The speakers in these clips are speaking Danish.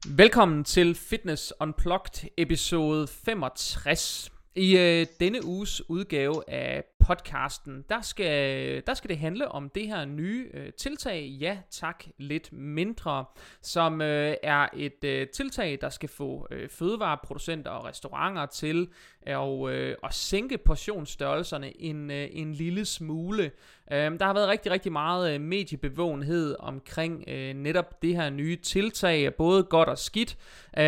Velkommen til Fitness Unplugged episode 65. I denne uges udgave af podcasten, der skal det handle om det her nye tiltag, ja tak, lidt mindre, som er et tiltag, der skal få fødevareproducenter og restauranter til at sænke portionsstørrelserne en lille smule. Der har været rigtig, rigtig meget mediebevågenhed omkring netop det her nye tiltag, både godt og skidt.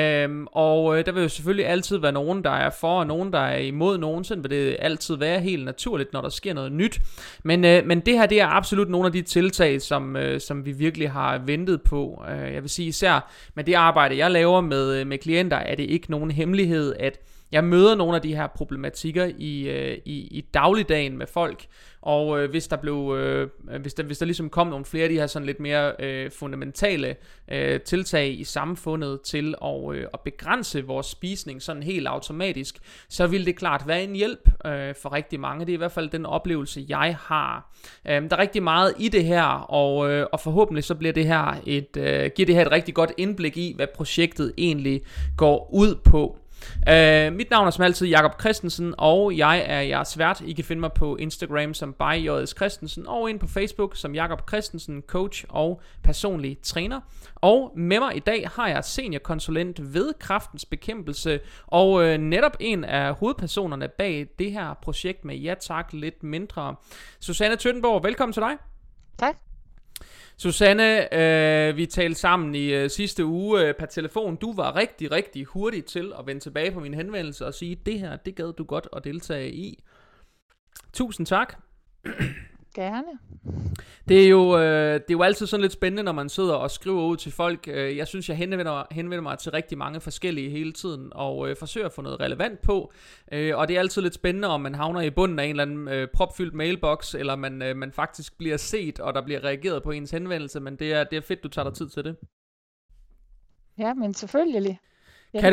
Og der vil jo selvfølgelig altid være nogen, der er for, og nogen, der er imod. Nogen, sådan vil det altid være helt naturligt, når der sker noget nyt. Men det her, det er absolut nogle af de tiltag, som vi virkelig har ventet på. Jeg vil sige især med det arbejde, jeg laver med klienter, er det ikke nogen hemmelighed, at jeg møder nogle af de her problematikker i dagligdagen med folk, og hvis der ligesom kom nogle flere af de her sådan lidt mere fundamentale tiltag i samfundet til at begrænse vores spisning sådan helt automatisk, så vil det klart være en hjælp for rigtig mange. Det er i hvert fald den oplevelse, jeg har. Der er rigtig meget i det her, og forhåbentlig så bliver giver det her et rigtig godt indblik i, hvad projektet egentlig går ud på. Mit navn er som altid Jakob Christensen, og jeg er jeres vært. I kan finde mig på Instagram som @JS Christensen og ind på Facebook som Jakob Christensen, coach og personlig træner. Og med mig i dag har jeg seniorkonsulent ved Kræftens Bekæmpelse og netop en af hovedpersonerne bag det her projekt med ja tak, lidt mindre. Susanne Tøttenborg, velkommen til dig. Tak. Susanne, vi talte sammen i sidste uge per telefon. Du var rigtig, rigtig hurtig til at vende tilbage på min henvendelse og sige, det her, det gad du godt at deltage i. Tusind tak. Gerne. Det er jo altid sådan lidt spændende, når man sidder og skriver ud til folk. Jeg synes, jeg henvender mig til rigtig mange forskellige hele tiden, og forsøger at få noget relevant på. Og det er altid lidt spændende, om man havner i bunden af en eller anden propfyldt mailbox, eller man faktisk bliver set, og der bliver reageret på ens henvendelse. Men det er fedt, du tager dig tid til det. Ja, men selvfølgelig. Kan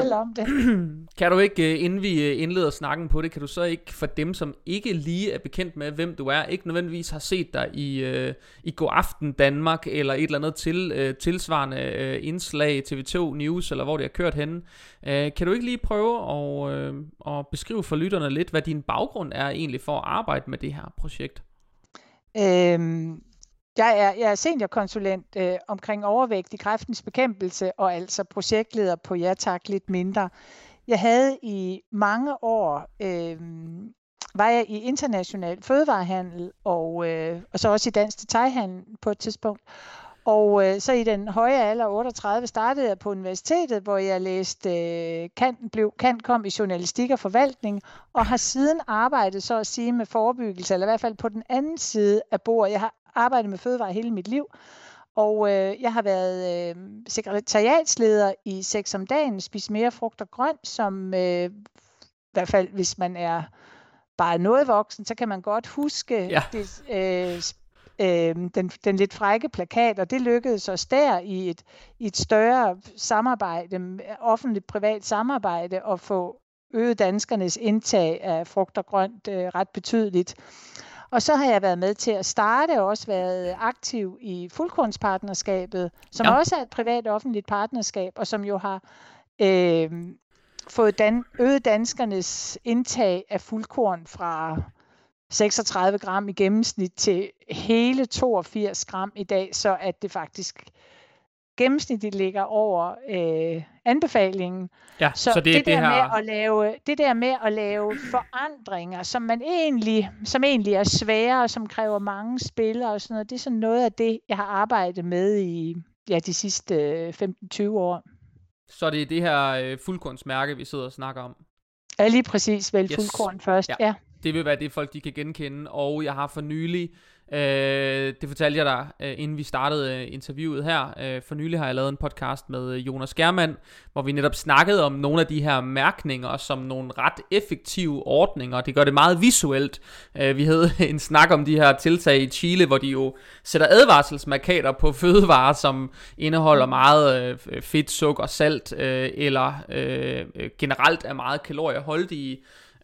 du ikke, inden vi indleder snakken på det, kan du så ikke, for dem som ikke lige er bekendt med, hvem du er, ikke nødvendigvis har set dig i God Aften Danmark, eller et eller andet tilsvarende indslag, TV2 News, eller hvor det har kørt henne, kan du ikke lige prøve at beskrive for lytterne lidt, hvad din baggrund er egentlig for at arbejde med det her projekt? Jeg er seniorkonsulent omkring overvægt i Kræftens Bekæmpelse, og altså projektleder på ja tak, lidt mindre. Jeg havde i mange år, var jeg i international fødevarehandel, og så også i dansk detailhandel på et tidspunkt. Og så i den høje alder, 38, startede jeg på universitetet, hvor jeg læste kom i journalistik og forvaltning, og har siden arbejdet så at sige med forebyggelse, eller i hvert fald på den anden side af bordet. Jeg har arbejdet med fødevare hele mit liv, og jeg har været sekretariatsleder i 6 om dagen, Spis mere frugt og grønt, som i hvert fald hvis man er bare noget voksen, så kan man godt huske den lidt frække plakat, og det lykkedes os der i et større samarbejde, offentligt-privat samarbejde, at få øget danskernes indtag af frugt og grønt ret betydeligt. Og så har jeg været med til at starte, og også været aktiv i Fuldkornspartnerskabet, som også er et privat-offentligt partnerskab, og som jo har fået øget danskernes indtag af fuldkorn fra 36 gram i gennemsnit til hele 82 gram i dag, så at det faktisk gennemsnitligt ligger over anbefalingen. Ja, så det der med at lave forandringer, som egentlig er svære, og som kræver mange spillere og sådan noget, det er sådan noget af det, jeg har arbejdet med i de sidste 15-20 år. Så det er det her fuldkornsmærke, vi sidder og snakker om? Ja, lige præcis. Vælg fuldkorn først. Ja. Det vil være det, folk de kan genkende, og jeg har for nylig, det fortalte jeg dig, inden vi startede interviewet her, for nylig har jeg lavet en podcast med Jonas Germand, hvor vi netop snakkede om nogle af de her mærkninger som nogle ret effektive ordninger. Det gør det meget visuelt. Vi havde en snak om de her tiltag i Chile, hvor de jo sætter advarselsmarkader på fødevarer, som indeholder meget fedt, sukker, salt, eller generelt er meget kalorieholdige.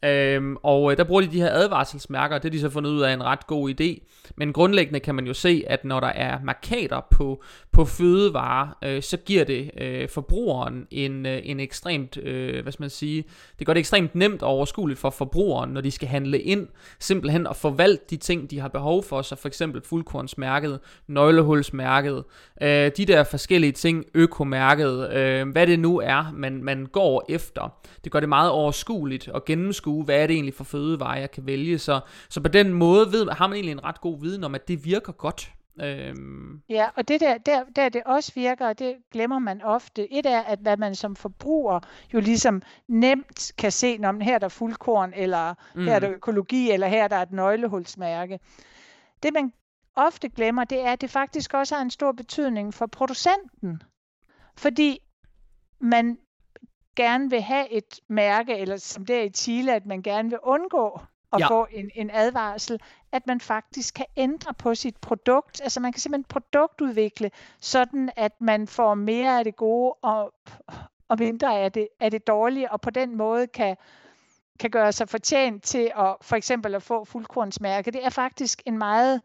Og der bruger de her advarselsmærker, det har de så fundet ud af en ret god idé. Men grundlæggende kan man jo se, at når der er markader på fødevarer, så giver det forbrugeren en ekstremt, det gør det ekstremt nemt og overskueligt for forbrugeren, når de skal handle ind, simpelthen at forvalte de ting, de har behov for, så for eksempel fuldkornsmærket, nøglehulsmærket, de der forskellige ting, økomærket, hvad det nu er, man går efter. Det gør det meget overskueligt at gennemskue, hvad er det egentlig for fødevarer, jeg kan vælge. Så på den måde har man egentlig en ret god viden om, at det virker godt. Ja, og det der det også virker, og det glemmer man ofte. Et er, at hvad man som forbruger jo ligesom nemt kan se, når her er der fuldkorn, eller her er der økologi, eller her er der et nøglehulsmærke. Det man ofte glemmer, det er, at det faktisk også har en stor betydning for producenten. Fordi man gerne vil have et mærke, eller som der i Chile, at man gerne vil undgå at få en advarsel, at man faktisk kan ændre på sit produkt. Altså man kan simpelthen produktudvikle, sådan at man får mere af det gode og mindre af det dårlige, og på den måde kan gøre sig fortjent til at for eksempel at få fuldkornsmærke. Det er faktisk en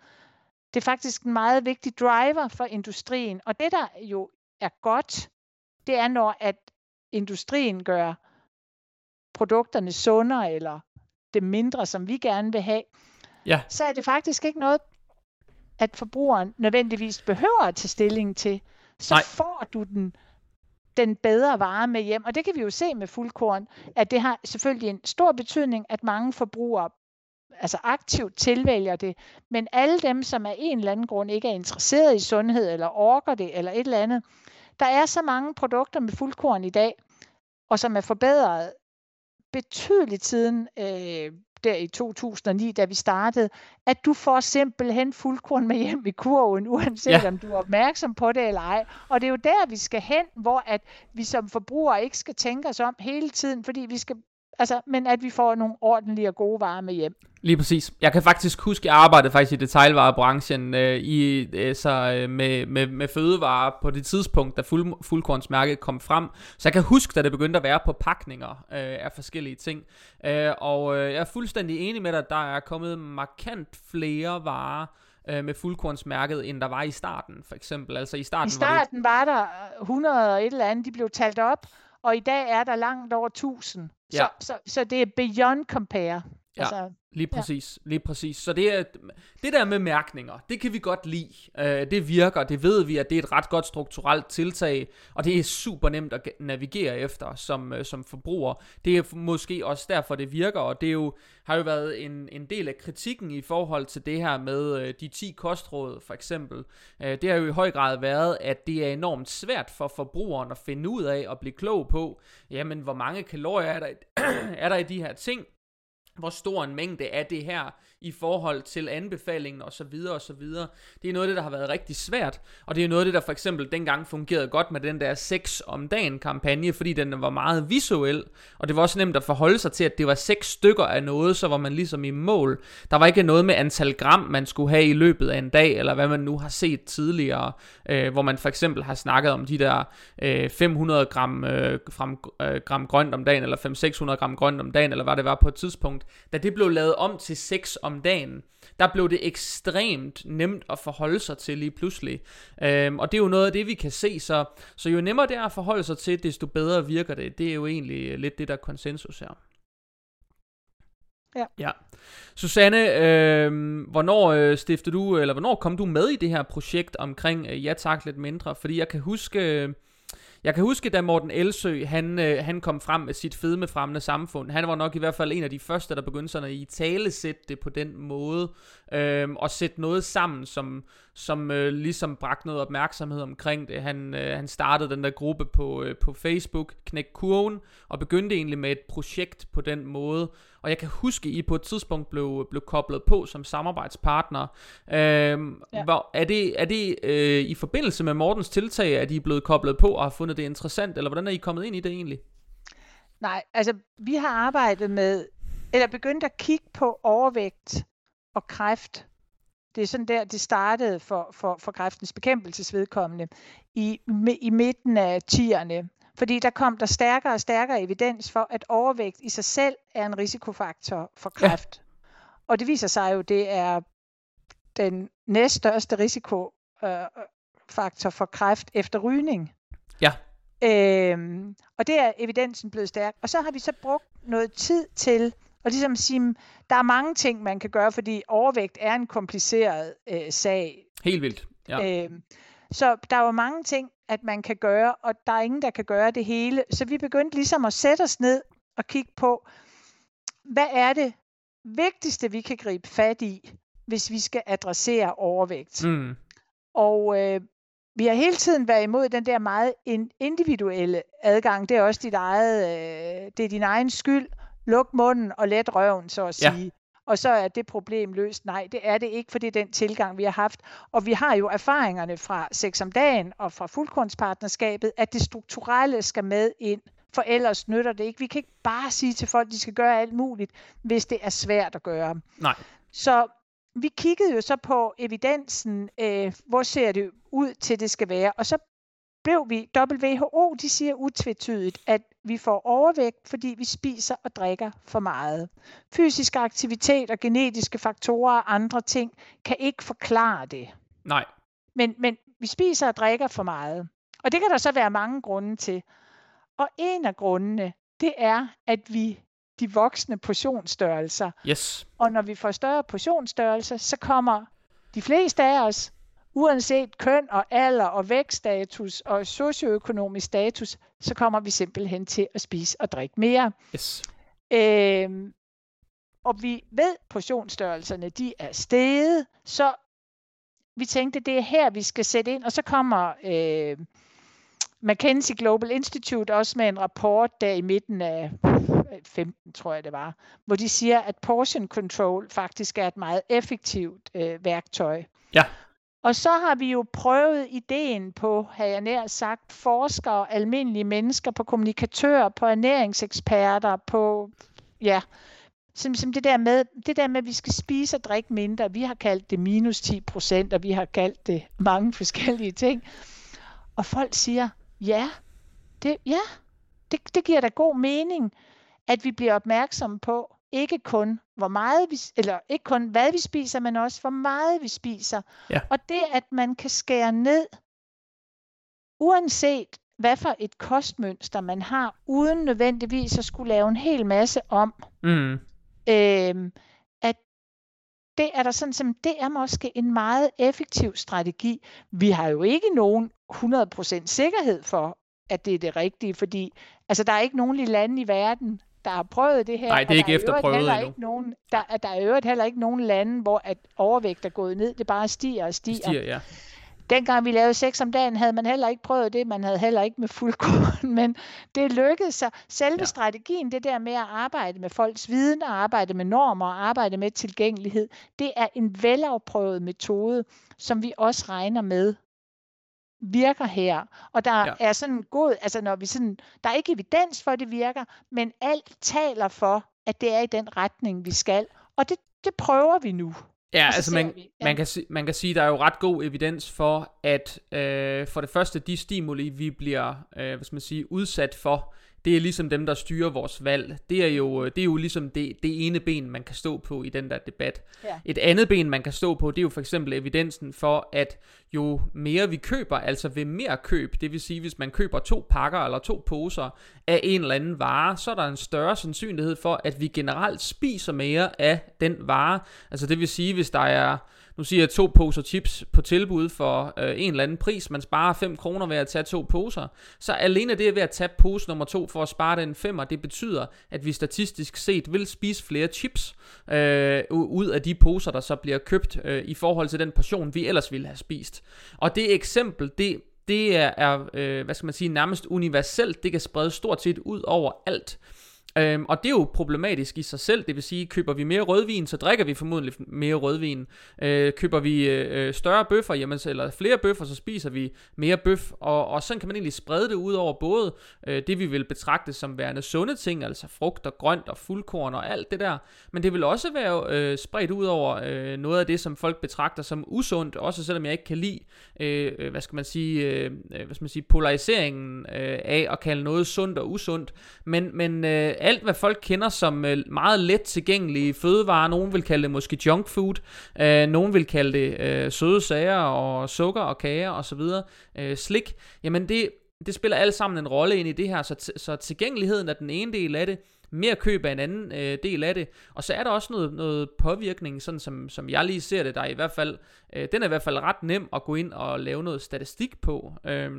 meget vigtig driver for industrien. Og det, der jo er godt, det er, når at industrien gør produkterne sundere, eller det mindre, som vi gerne vil have, så er det faktisk ikke noget, at forbrugeren nødvendigvis behøver at tage stilling til. Så får du den bedre vare med hjem. Og det kan vi jo se med fuldkorn, at det har selvfølgelig en stor betydning, at mange forbrugere altså aktivt tilvælger det. Men alle dem, som af en eller anden grund ikke er interesseret i sundhed, eller orker det, eller et eller andet, der er så mange produkter med fuldkorn i dag, og som er forbedret betydeligt siden der i 2009, da vi startede, at du får simpelthen fuldkorn med hjem i kurven, uanset om du er opmærksom på det eller ej. Og det er jo der, vi skal hen, hvor at vi som forbrugere ikke skal tænke os om hele tiden, fordi vi skal, men at vi får nogle ordentlige og gode varer med hjem. Lige præcis. Jeg kan faktisk huske, jeg arbejdede faktisk i detailvarebranchen med fødevarer på det tidspunkt, da fuldkornsmærket kom frem. Så jeg kan huske, da det begyndte at være på pakninger af forskellige ting. Og jeg er fuldstændig enig med dig, at der er kommet markant flere varer med fuldkornsmærket, end der var i starten, for eksempel. Altså i starten var der 100 og et eller andet, de blev talt op, og i dag er der langt over 1000. Så det er beyond compare. Ja, lige præcis. Så det der med mærkninger, det kan vi godt lide. Det virker, det ved vi, at det er et ret godt strukturelt tiltag, og det er super nemt at navigere efter som forbruger. Det er måske også derfor, det virker, og det har jo været en del af kritikken i forhold til det her med de 10 kostråd, for eksempel. Det har jo i høj grad været, at det er enormt svært for forbrugeren at finde ud af og blive klog på, jamen hvor mange kalorier er der i de her ting, hvor stor en mængde er det her i forhold til anbefalingen og så videre og så videre. Det er noget af det, der har været rigtig svært, og det er noget af det, der for eksempel dengang fungerede godt med den der 6 om dagen kampagne, fordi den var meget visuel, og det var også nemt at forholde sig til, at det var 6 stykker af noget, så var man ligesom i mål. Der var ikke noget med antal gram, man skulle have i løbet af en dag, eller hvad man nu har set tidligere, hvor man for eksempel har snakket om de der 500 gram grønt om dagen, eller 500-600 gram grønt om dagen, eller hvad det var på et tidspunkt. Da det blev lavet om til 6 om dagen, der blev det ekstremt nemt at forholde sig til lige pludselig. Og det er jo noget af det, vi kan se. Så jo nemmere det er at forholde sig til, desto bedre virker det. Det er jo egentlig lidt det, der konsensus her. Ja. Susanne, hvornår kom du med i det her projekt omkring Ja Tak lidt mindre? Fordi jeg kan huske, da Morten Elsø, han kom frem med sit fedmefremmende samfund. Han var nok i hvert fald en af de første, der begyndte sådan at italesætte det på den måde. Og sætte noget sammen, som ligesom bragte noget opmærksomhed omkring det. Han startede den der gruppe på Facebook, Knæk Kurven, og begyndte egentlig med et projekt på den måde. Og jeg kan huske, at I på et tidspunkt blev koblet på som samarbejdspartner. Er det i forbindelse med Mortens tiltag, at I er blevet koblet på og har fundet det interessant, eller hvordan er I kommet ind i det egentlig? Nej, altså vi har arbejdet med, eller begyndt at kigge på overvægt og kræft. Det er sådan der, det startede for kræftens bekæmpelsesvedkommende i midten af 10'erne. Fordi der kom der stærkere og stærkere evidens for, at overvægt i sig selv er en risikofaktor for kræft. Ja. Og det viser sig jo, det er den næststørste risikofaktor for kræft efter rygning. Ja. Og det er evidensen blevet stærk. Og så har vi så brugt noget tid til at ligesom sige, der er mange ting, man kan gøre, fordi overvægt er en kompliceret sag. Helt vildt. Ja. Så der er jo mange ting, at man kan gøre, og der er ingen, der kan gøre det hele. Så vi begyndte ligesom at sætte os ned og kigge på, hvad er det vigtigste, vi kan gribe fat i, hvis vi skal adressere overvægt. Og vi har hele tiden været imod den der meget individuelle adgang. Det er også det er din egen skyld. Luk munden og let røven, så at sige. Og så er det problem løst. Nej, det er det ikke, for det er den tilgang, vi har haft. Og vi har jo erfaringerne fra Sex om dagen og fra fuldkornspartnerskabet, at det strukturelle skal med ind, for ellers nytter det ikke. Vi kan ikke bare sige til folk, at de skal gøre alt muligt, hvis det er svært at gøre. Nej. Så vi kiggede jo så på evidensen, hvor ser det ud til, det skal være. Og så blev vi, WHO, de siger utvetydigt, at vi får overvægt, fordi vi spiser og drikker for meget. Fysisk aktivitet og genetiske faktorer og andre ting kan ikke forklare det. Nej. Men vi spiser og drikker for meget. Og det kan der så være mange grunde til. Og en af grundene, det er, at de voksne portionsstørrelser. Yes. Og når vi får større portionsstørrelser, så kommer de fleste af os, uanset køn og alder og vækststatus og socioøkonomisk status, så kommer vi simpelthen til at spise og drikke mere. Yes. Og vi ved, portionsstørrelserne, de er steget, så vi tænkte, det er her, vi skal sætte ind. Og så kommer McKinsey Global Institute også med en rapport der i midten af 15, tror jeg det var, hvor de siger, at portion control faktisk er et meget effektivt værktøj. Ja. Og så har vi jo prøvet ideen på, har jeg nær sagt, forskere, almindelige mennesker, på kommunikatører, på ernæringseksperter, på, ja, som det der med, at vi skal spise og drikke mindre. Vi har kaldt det -10%, og vi har kaldt det mange forskellige ting. Og folk siger, det giver da god mening, at vi bliver opmærksomme på, ikke kun ikke kun hvad vi spiser, men også hvor meget vi spiser. Ja. Og det, at man kan skære ned, uanset hvad for et kostmønster man har, uden nødvendigvis at skulle lave en hel masse om. At det er der sådan, som det er måske en meget effektiv strategi. Vi har jo ikke nogen 100% sikkerhed for, at det er det rigtige, fordi altså, der er ikke nogen lande i verden, der har prøvet det her. Nej, det er ikke efterprøvet endnu. Der er i øvrigt heller ikke nogen lande, hvor at overvægt er gået ned. Det bare stiger og stiger. Stiger, ja. Dengang vi lavede Sex om dagen, havde man heller ikke prøvet det. Man havde heller ikke med fuldkorn, men det lykkedes sig. Selve strategien, det der med at arbejde med folks viden, og arbejde med normer, og arbejde med tilgængelighed, det er en velafprøvet metode, som vi også regner med virker her. Og der er sådan god, altså når vi sådan, der er ikke evidens for, at det virker, men alt taler for, at det er i den retning, vi skal. Og det prøver vi nu. Ja, altså man kan sige, der er jo ret god evidens for, at for det første, de stimuli, vi bliver udsat for, det er ligesom dem, der styrer vores valg. Det er jo ligesom det ene ben, man kan stå på i den der debat. Ja. Et andet ben, man kan stå på, det er jo for eksempel evidensen for, at jo mere vi køber, altså ved mere køb, det vil sige, hvis man køber 2 pakker eller 2 poser af en eller anden vare, så er der en større sandsynlighed for, at vi generelt spiser mere af den vare. Altså det vil sige, hvis der er, nu siger jeg 2 poser chips på tilbud for en eller anden pris, man sparer 5 kroner ved at tage 2 poser, så alene det ved at tage pose nummer 2 for at spare den 5'er, det betyder, at vi statistisk set vil spise flere chips ud af de poser, der så bliver købt i forhold til den portion, vi ellers ville have spist. Og det eksempel, det er nærmest universelt, det kan spredes stort set ud over alt. Og det er jo problematisk i sig selv. Det vil sige, køber vi mere rødvin, så drikker vi formodentlig mere rødvin. Køber vi større bøffer, jamen, eller flere bøffer, så spiser vi mere bøf. Og sådan kan man egentlig sprede det ud over både det vi vil betragte som værende sunde ting, altså frugt og grønt og fuldkorn og alt det der. Men det vil også være spredt ud over noget af det, som folk betragter som usundt, også selvom jeg ikke kan lide, polariseringen af at kalde noget sundt og usundt. Men alt hvad folk kender som meget let tilgængelige fødevarer, nogen vil kalde det måske junk food, nogen vil kalde det søde sager og sukker og kager og så videre, slik, jamen det spiller alt sammen en rolle ind i det her, så tilgængeligheden er den ene del af det, mere køb af en anden del af det, og så er der også noget påvirkning, sådan som jeg lige ser det, der i hvert fald, den er i hvert fald ret nem at gå ind og lave noget statistik på.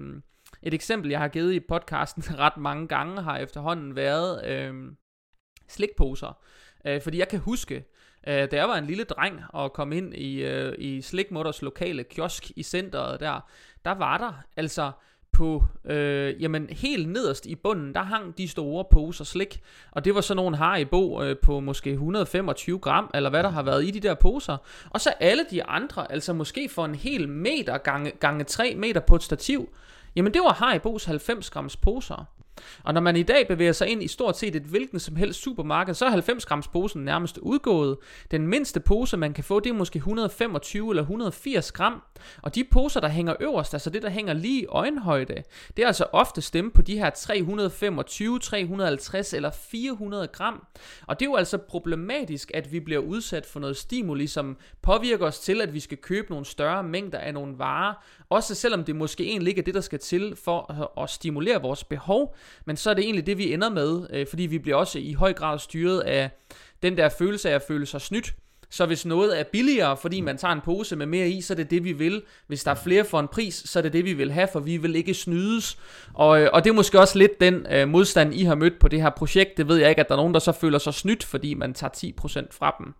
Et eksempel, jeg har givet i podcasten ret mange gange, har efterhånden været slikposer. Fordi jeg kan huske, da jeg var en lille dreng og kom ind i Slikmutters lokale kiosk i centret der var der altså på, helt nederst i bunden, der hang de store poser slik, og det var sådan nogle Haribo på måske 125 gram, eller hvad der har været i de der poser, og så alle de andre, altså måske for en hel meter gange 3 meter på et stativ, jamen det var Haribos 90 grams poser. Og når man i dag bevæger sig ind i stort set et hvilken som helst supermarked, så er 90 grams posen nærmest udgået. Den mindste pose man kan få, det er måske 125 eller 180 gram. Og de poser der hænger øverst, altså det der hænger lige i øjenhøjde, det er altså ofte stemme på de her 325, 350 eller 400 gram. Og det er jo altså problematisk, at vi bliver udsat for noget stimuli, som påvirker os til, at vi skal købe nogle større mængder af nogle varer, også selvom det måske egentlig ikke er det, der skal til for at stimulere vores behov. Men så er det egentlig det, vi ender med, fordi vi bliver også i høj grad styret af den der følelse af at føle sig snydt. Så hvis noget er billigere, fordi man tager en pose med mere i, så er det det, vi vil. Hvis der er flere for en pris, så er det det, vi vil have, for vi vil ikke snydes. Og det er måske også lidt den modstand, I har mødt på det her projekt. Det ved jeg ikke, at der er nogen, der så føler sig snydt, fordi man tager 10% fra dem.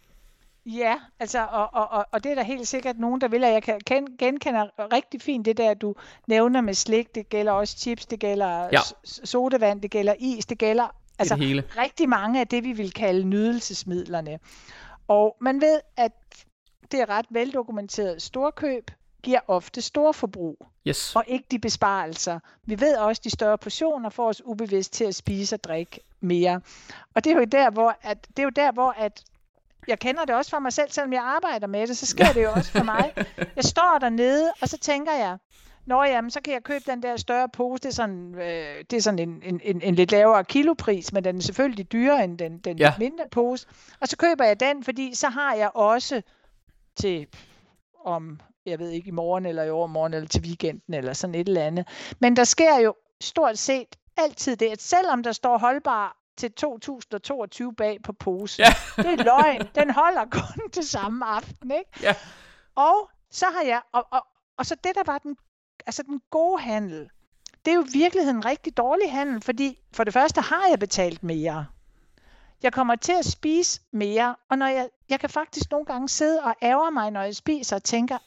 Ja, altså, og det er der helt sikkert nogen, der vil, og jeg kan genkende rigtig fint det der, du nævner med slik. Det gælder også chips, det gælder sodavand, det gælder is, det gælder altså rigtig mange af det, vi vil kalde nydelsesmidlerne. Og man ved, at det er ret veldokumenteret. Storkøb giver ofte storforbrug, og ikke de besparelser. Vi ved også, at de større portioner får os ubevidst til at spise og drikke mere. Og det er jo der, hvor jeg kender det også fra mig selv, selvom jeg arbejder med det, så sker det jo også for mig. Jeg står dernede, og så tænker jeg, så kan jeg købe den der større pose, det er sådan en lidt lavere kilopris, men den er selvfølgelig dyrere end den lidt mindre pose. Og så køber jeg den, fordi så har jeg også til jeg ved ikke, i morgen eller i overmorgen eller til weekenden eller sådan et eller andet. Men der sker jo stort set altid det, at selvom der står holdbar til 2022 bag på posen. Ja. Det er løgn. Den holder kun til samme aften, ikke? Ja. Og så har jeg, og så det der var den gode handel, det er jo i virkeligheden en rigtig dårlig handel, fordi for det første har jeg betalt mere. Jeg kommer til at spise mere, og når jeg kan faktisk nogle gange sidde og ærger mig, når jeg spiser og tænker,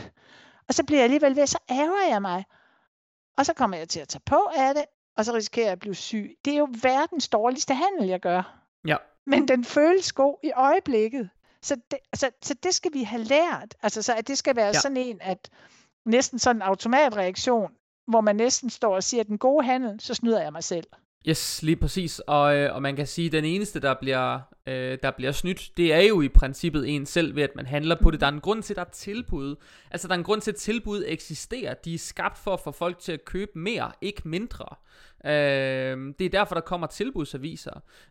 og så bliver jeg alligevel ved, så ærger jeg mig. Og så kommer jeg til at tage på af det, og så risikerer jeg at blive syg. Det er jo verdens dårligste handel, jeg gør. Ja. Men den føles god i øjeblikket. Så det skal vi have lært. Altså, så at det skal være sådan en, at næsten sådan en automatreaktion, hvor man næsten står og siger, at den gode handel, så snyder jeg mig selv. Yes, lige præcis. Og man kan sige, at den eneste, der bliver snydt, det er jo i princippet en selv ved, at man handler på det. Der er en grund til, at der er tilbud. Altså, der er en grund til, at tilbud eksisterer. De er skabt for at få folk til at købe mere, ikke mindre. Det er derfor, der kommer tilbudsaviser.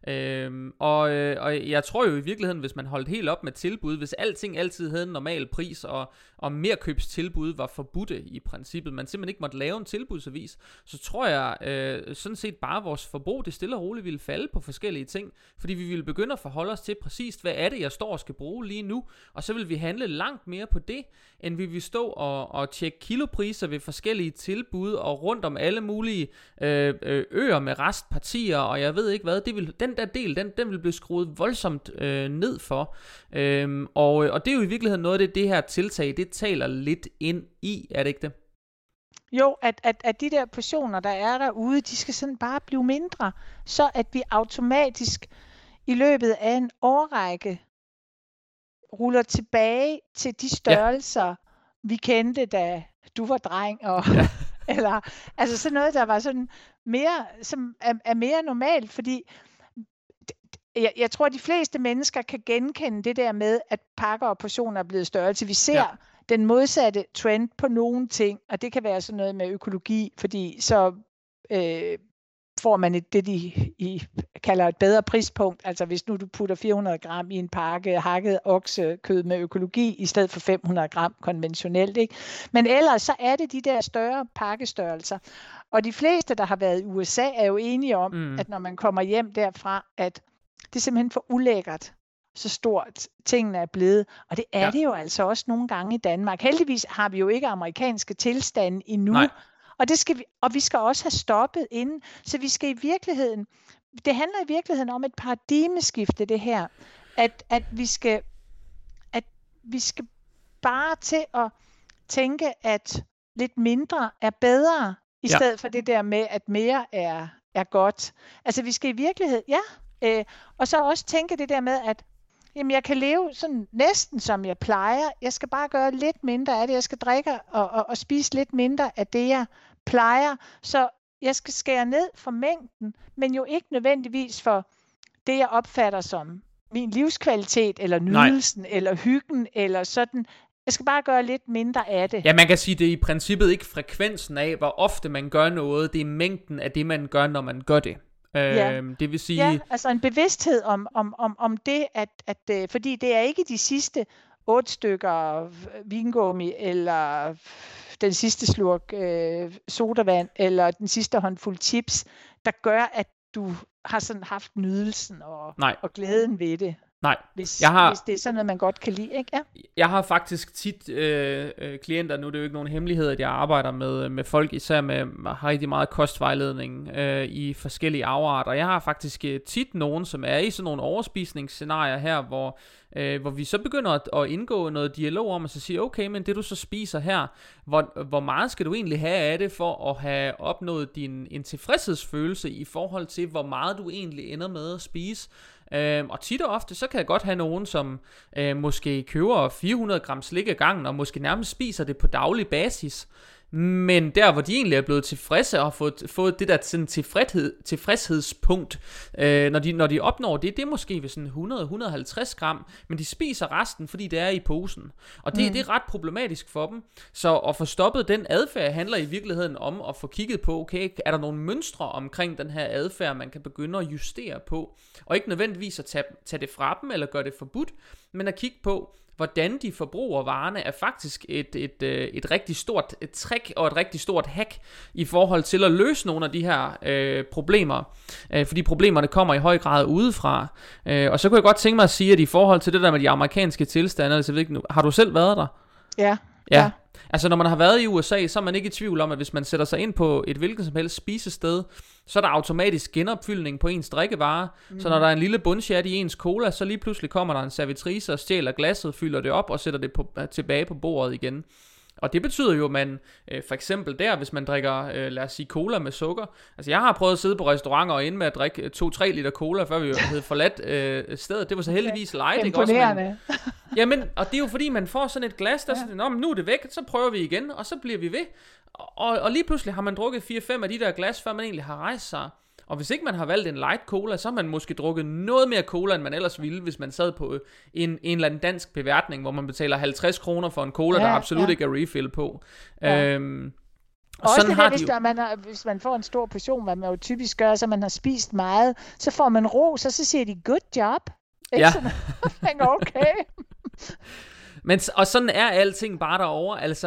Og jeg tror jo i virkeligheden, hvis man holdt helt op med tilbud, hvis alting altid havde en normal pris, og merkøbstilbud var forbudte i princippet, man simpelthen ikke måtte lave en tilbudsavis, så tror jeg sådan set bare, vores forbrug, det stille og roligt ville falde på forskellige ting, fordi vi ville begynde at forholde os til præcist, hvad er det, jeg står og skal bruge lige nu, og så vil vi handle langt mere på det, end vi vil stå og tjekke kilopriser ved forskellige tilbud, og rundt om alle mulige øer med restpartier, og jeg ved ikke hvad, den der del, den vil blive skruet voldsomt ned for, og det er jo i virkeligheden noget af det her tiltag, det taler lidt ind i, er det ikke det? Jo, at de der portioner, der er derude, de skal sådan bare blive mindre, så at vi automatisk i løbet af en årrække ruller tilbage til de størrelser, vi kendte, da du var dreng, og eller altså sådan noget, der var sådan mere, som er mere normalt, fordi jeg tror, at de fleste mennesker kan genkende det der med, at pakker og portioner er blevet større. Så vi ser den modsatte trend på nogle ting, og det kan være sådan noget med økologi, fordi så får man det, de kalder et bedre prispunkt. Altså hvis nu du putter 400 gram i en pakke hakket oksekød med økologi, i stedet for 500 gram konventionelt. Ikke? Men ellers så er det de der større pakkestørrelser. Og de fleste, der har været i USA, er jo enige om, at når man kommer hjem derfra, at det er simpelthen for ulækkert, så stort tingene er blevet. Og det er det jo altså også nogle gange i Danmark. Heldigvis har vi jo ikke amerikanske tilstande endnu. Nej. Og vi skal også have stoppet inden. Så vi skal i virkeligheden, det handler i virkeligheden om et paradigmeskifte, det her. At vi skal bare til at tænke, at lidt mindre er bedre, i stedet for det der med, at mere er godt. Altså vi skal i virkeligheden, og så også tænke det der med, at jamen, jeg kan leve sådan næsten som jeg plejer. Jeg skal bare gøre lidt mindre af det. Jeg skal drikke og spise lidt mindre af det, jeg plejer. Så jeg skal skære ned for mængden, men jo ikke nødvendigvis for det, jeg opfatter som min livskvalitet, eller nydelsen, eller hyggen, eller sådan. Jeg skal bare gøre lidt mindre af det. Ja, man kan sige, det er i princippet ikke frekvensen af, hvor ofte man gør noget. Det er mængden af det, man gør, når man gør det. Det vil sige... Ja, altså en bevidsthed om det, at fordi det er ikke de sidste 8 stykker vingummi, eller den sidste slurk sodavand, eller den sidste håndfuld chips, der gør, at du har sådan haft nydelsen og glæden ved det. Nej, hvis det er sådan noget, man godt kan lide, ikke? Ja. Jeg har faktisk tit klienter, nu er det jo ikke nogen hemmelighed, at jeg arbejder med folk, især har rigtig meget kostvejledning i forskellige afarter. Jeg har faktisk tit nogen, som er i sådan nogle overspisningsscenarier her, hvor vi så begynder at indgå noget dialog om, og så siger, okay, men det du så spiser her, hvor meget skal du egentlig have af det, for at have opnået en tilfredshedsfølelse i forhold til, hvor meget du egentlig ender med at spise. Og tit og ofte, så kan jeg godt have nogen, som måske køber 400 gram slik ad gangen, og måske nærmest spiser det på daglig basis. Men der, hvor de egentlig er blevet tilfredse og har fået det der sådan tilfredshedspunkt, når de opnår det, det er måske ved sådan 100-150 gram, men de spiser resten, fordi det er i posen. Og det er ret problematisk for dem. Så at få stoppet den adfærd handler i virkeligheden om at få kigget på, okay, er der nogle mønstre omkring den her adfærd, man kan begynde at justere på, og ikke nødvendigvis at tage det fra dem eller gøre det forbudt, men at kigge på, hvordan de forbruger varerne, er faktisk et rigtig stort trick og et rigtig stort hack i forhold til at løse nogle af de her problemer, fordi problemerne kommer i høj grad udefra. Og så kunne jeg godt tænke mig at sige, at i forhold til det der med de amerikanske tilstande, altså, har du selv været der? Ja. Altså når man har været i USA, så er man ikke i tvivl om, at hvis man sætter sig ind på et hvilket som helst spisested, så er der automatisk genopfyldning på ens drikkevarer. Så når der er en lille bundchat i ens cola, så lige pludselig kommer der en servitrice og stjæler glasset, fylder det op og sætter det tilbage på bordet igen. Og det betyder jo, at man for eksempel der, hvis man drikker, lad os sige, cola med sukker. Altså jeg har prøvet at sidde på restauranter og ende med at drikke 2-3 liter cola, før vi havde forladt stedet. Det var så heldigvis light, ikke også? Men, jamen, og det er jo fordi, man får sådan et glas, der siger, nu er det væk, så prøver vi igen, og så bliver vi ved. Og lige pludselig har man drukket 4-5 af de der glas, før man egentlig har rejst sig. Og hvis ikke man har valgt en light cola, så har man måske drukket noget mere cola, end man ellers ville, hvis man sad på en eller anden dansk beværtning, hvor man betaler 50 kroner for en cola, der absolut ikke er refill på. Ja. Og sådan det der, hvis man får en stor portion, hvad man jo typisk gør, så man har spist meget, så får man ros, og så siger de, good job. Ikke sådan, okay. Men, og sådan er alting bare derovre. Altså,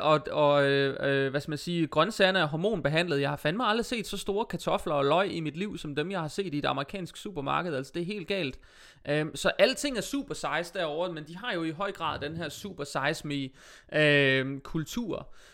hvad skal man sige, grøntsagerne er hormonbehandlet. Jeg har fandme aldrig set så store kartofler og løg i mit liv, som dem jeg har set i et amerikansk supermarked. Altså det er helt galt. Så alting er super size derovre, men de har jo i høj grad den her super size me kultur.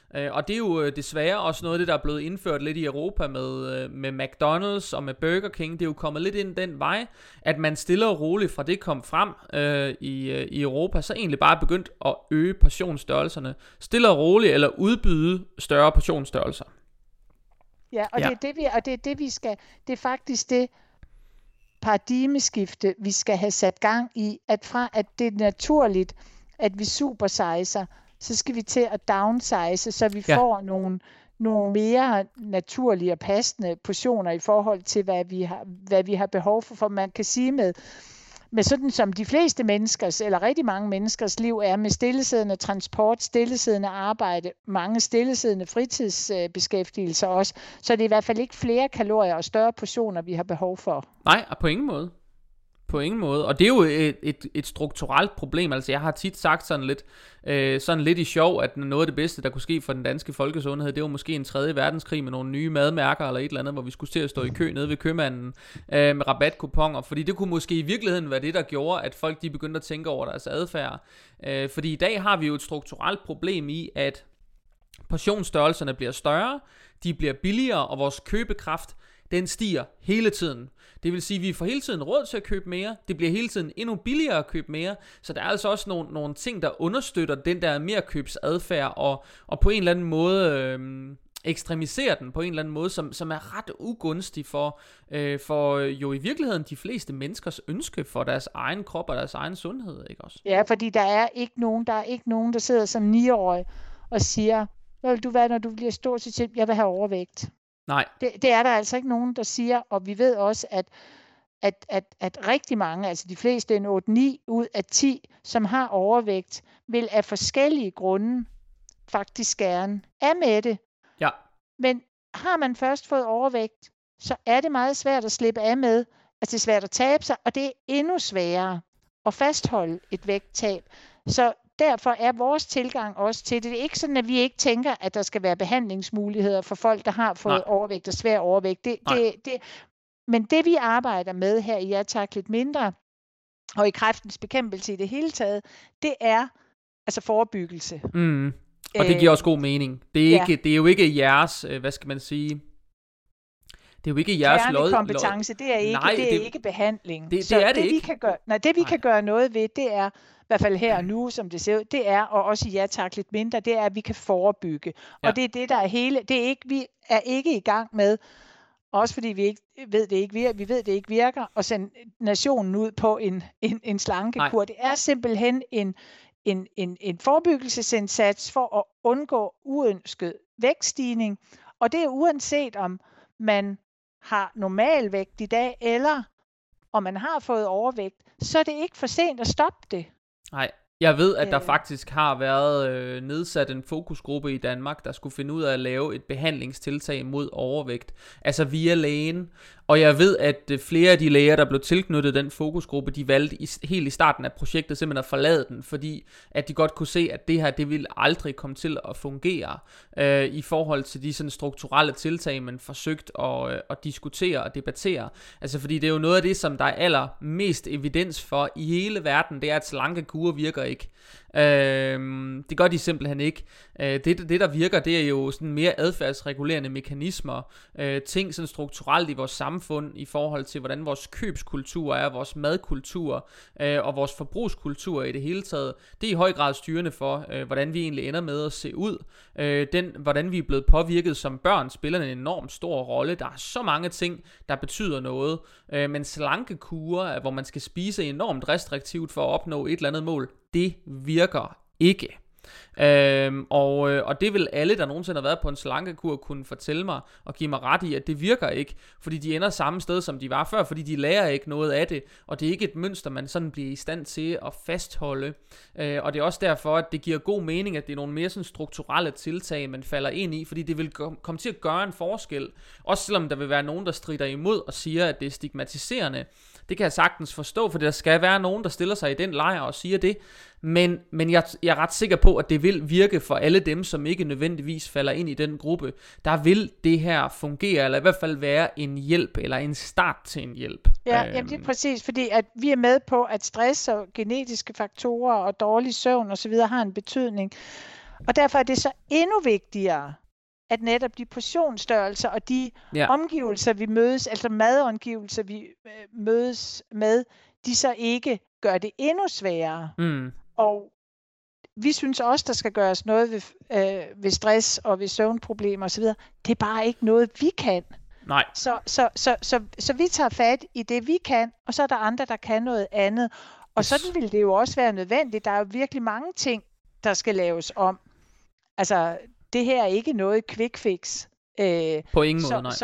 Og det er jo desværre også noget af det, der er blevet indført lidt i Europa med McDonald's og med Burger King. Det er jo kommet lidt ind den vej, at man stille og roligt fra det kom frem i Europa, så egentlig bare begyndt at øge portionsstørrelserne stille og roligt, eller udbyde større portionsstørrelser. Ja, og det er det vi skal, det er faktisk det paradigmeskifte, vi skal have sat gang i, at fra at det er naturligt, at vi supersizer, så skal vi til at downsize, så vi får nogle mere naturlige og passende portioner i forhold til, hvad vi har behov for. For man kan sige med sådan som de fleste menneskers, eller rigtig mange menneskers liv er, med stillesiddende transport, stillesiddende arbejde, mange stillesiddende fritidsbeskæftigelser også, så det er i hvert fald ikke flere kalorier og større portioner, vi har behov for. Nej, på ingen måde. På ingen måde. Og det er jo et strukturelt problem. Altså jeg har tit sagt sådan lidt i sjov, at noget af det bedste, der kunne ske for den danske folkesundhed, det var måske en 3. verdenskrig med nogle nye madmærker eller et eller andet, hvor vi skulle til at stå i kø nede ved købmanden med rabatkuponer. Fordi det kunne måske i virkeligheden være det, der gjorde, at folk de begyndte at tænke over deres adfærd. Fordi i dag har vi jo et strukturelt problem i, at portionsstørrelserne bliver større, de bliver billigere, og vores købekraft, den stiger hele tiden. Det vil sige, at vi får hele tiden råd til at købe mere. Det bliver hele tiden endnu billigere at købe mere. Så der er altså også nogle ting, der understøtter den der merkøbsadfærd, og på en eller anden måde ekstremiserer den på en eller anden måde, som er ret ugunstig for jo i virkeligheden de fleste menneskers ønske for deres egen krop og deres egen sundhed, ikke også? Ja, fordi der er ikke nogen, der sidder som 9-årig og siger, hvad vil du være, når du bliver stor, så siger jeg vil have overvægt. Nej. Det er der altså ikke nogen, der siger, og vi ved også, at rigtig mange, altså de fleste, 8-9 ud af 10, som har overvægt, vil af forskellige grunde faktisk gerne af med det. Ja. Men har man først fået overvægt, så er det meget svært at slippe af med. Altså det er svært at tabe sig, og det er endnu sværere at fastholde et vægttab. Så derfor er vores tilgang også til det. Det er ikke sådan, at vi ikke tænker, at der skal være behandlingsmuligheder for folk, der har fået overvægt og svær overvægt. Men det vi arbejder med her i Ja Tak Lidt Mindre, og i kræftens bekæmpelse i det hele taget, det er altså forebyggelse. Mm. Og det giver også god mening. Det er jo ikke jeres, hvad skal man sige, det er jo ikke jeres kernekompetence, det er ikke behandling. Det er det ikke. Det vi kan gøre noget ved, det er i hvert fald her og nu, som det ser ud, det er, og også i Ja Tak Lidt Mindre, det er, at vi kan forebygge. Ja. Og det er det, der er hele, det er ikke, vi er ikke i gang med, også fordi vi ved det ikke virker, at sende nationen ud på en slankekur. Det er simpelthen en forebyggelsesindsats for at undgå uønsket vægtstigning, og det er uanset om man har normalvægt i dag, eller om man har fået overvægt, så er det ikke for sent at stoppe det. Nej, jeg ved, at der faktisk har været nedsat en fokusgruppe i Danmark, der skulle finde ud af at lave et behandlingstiltag mod overvægt, altså via lægen. Og jeg ved, at flere af de læger, der blev tilknyttet den fokusgruppe, de valgte helt i starten af projektet simpelthen at forlade den, fordi at de godt kunne se, at det her, det ville aldrig komme til at fungere i forhold til de sådan strukturelle tiltag, man forsøgt at diskutere og debattere. Altså fordi det er jo noget af det, som der er allermest evidens for i hele verden, det er, at slankekurer virker ikke. Det gør de simpelthen ikke. Det der virker, det er jo sådan mere adfærdsregulerende mekanismer, ting sådan strukturelt i vores samfund i forhold til hvordan vores købskultur er, vores madkultur og vores forbrugskultur i det hele taget. Det er i høj grad styrende for hvordan vi egentlig ender med at se ud. Hvordan vi er blevet påvirket som børn spiller en enormt stor rolle. Der er så mange ting, der betyder noget, men slankekurer, hvor man skal spise enormt restriktivt for at opnå et eller andet mål, det virker ikke. Og det vil alle, der nogensinde har været på en slankekur, kunne fortælle mig og give mig ret i, at det virker ikke, fordi de ender samme sted, som de var før, fordi de lærer ikke noget af det, og det er ikke et mønster, man sådan bliver i stand til at fastholde. Og det er også derfor, at det giver god mening, at det er nogle mere sådan strukturelle tiltag, man falder ind i, fordi det vil komme til at gøre en forskel, også selvom der vil være nogen, der strider imod og siger, at det er stigmatiserende. Det kan jeg sagtens forstå, for der skal være nogen, der stiller sig i den lejr og siger det. Men jeg er ret sikker på, at det vil virke for alle dem, som ikke nødvendigvis falder ind i den gruppe. Der vil det her fungere, eller i hvert fald være en hjælp, eller en start til en hjælp. Ja, jamen det er præcis, fordi at vi er med på, at stress og genetiske faktorer og dårlig søvn osv. har en betydning. Og derfor er det så endnu vigtigere, at netop de portionsstørrelser og de omgivelser, vi mødes, altså madomgivelser, vi mødes med, de så ikke gør det endnu sværere. Og vi synes også, der skal gøres noget ved stress og ved søvnproblemer osv. Det er bare ikke noget, vi kan. Nej. Så vi tager fat i det, vi kan, og så er der andre, der kan noget andet. Og sådan vil det jo også være nødvendigt. Der er jo virkelig mange ting, der skal laves om. Altså, det her er ikke noget quick fix. På ingen måde, nej.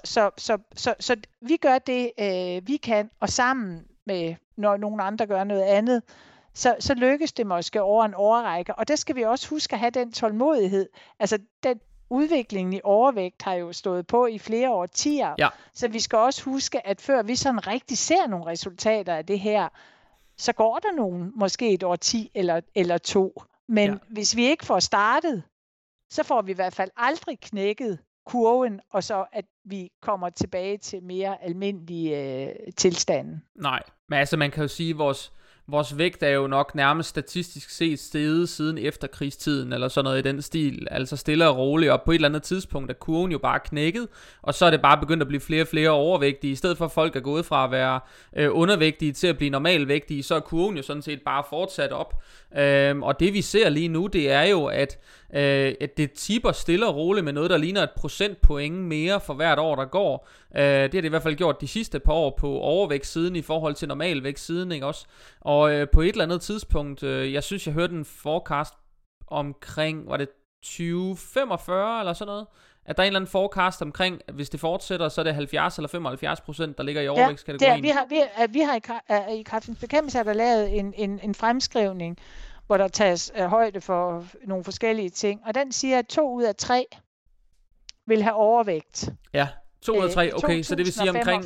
Så vi gør det, vi kan, og sammen med, når nogen andre gør noget andet, så lykkes det måske over en årrække. Og der skal vi også huske at have den tålmodighed. Altså, den udviklingen i overvægt har jo stået på i flere årtier. Ja. Så vi skal også huske, at før vi sådan rigtig ser nogle resultater af det her, så går der nogen, måske et årti eller to. Men hvis vi ikke får startet, så får vi i hvert fald aldrig knækket kurven, og så at vi kommer tilbage til mere almindelige tilstande. Nej, men altså man kan jo sige, at vores vægt er jo nok nærmest statistisk set steget siden efterkrigstiden, eller sådan noget i den stil, altså stille og roligt, og på et eller andet tidspunkt er kurven jo bare knækket, og så er det bare begyndt at blive flere og flere overvægtige. I stedet for at folk er gået fra at være undervægtige til at blive normalvægtige, så er kurven jo sådan set bare fortsat op. Og det vi ser lige nu, det er jo, at det tipper stille og roligt med noget, der ligner et procentpoint mere for hvert år, der går. Det har det i hvert fald gjort de sidste par år på overvægtssiden i forhold til normalvægtssiden, ikke også? Og på et eller andet tidspunkt, jeg synes, jeg hørte en forecast omkring, var det 2045 eller sådan noget? At der er en eller anden forecast omkring, at hvis det fortsætter, så er det 70 eller 75%, der ligger i overvægtskategorien. Ja, vi har i Kræftens Bekæmpelse der lavet en fremskrivning, hvor der tages højde for nogle forskellige ting. Og den siger, at 2 ud af 3 vil have overvægt. Ja, 2 ud af 3, okay, så det vil sige omkring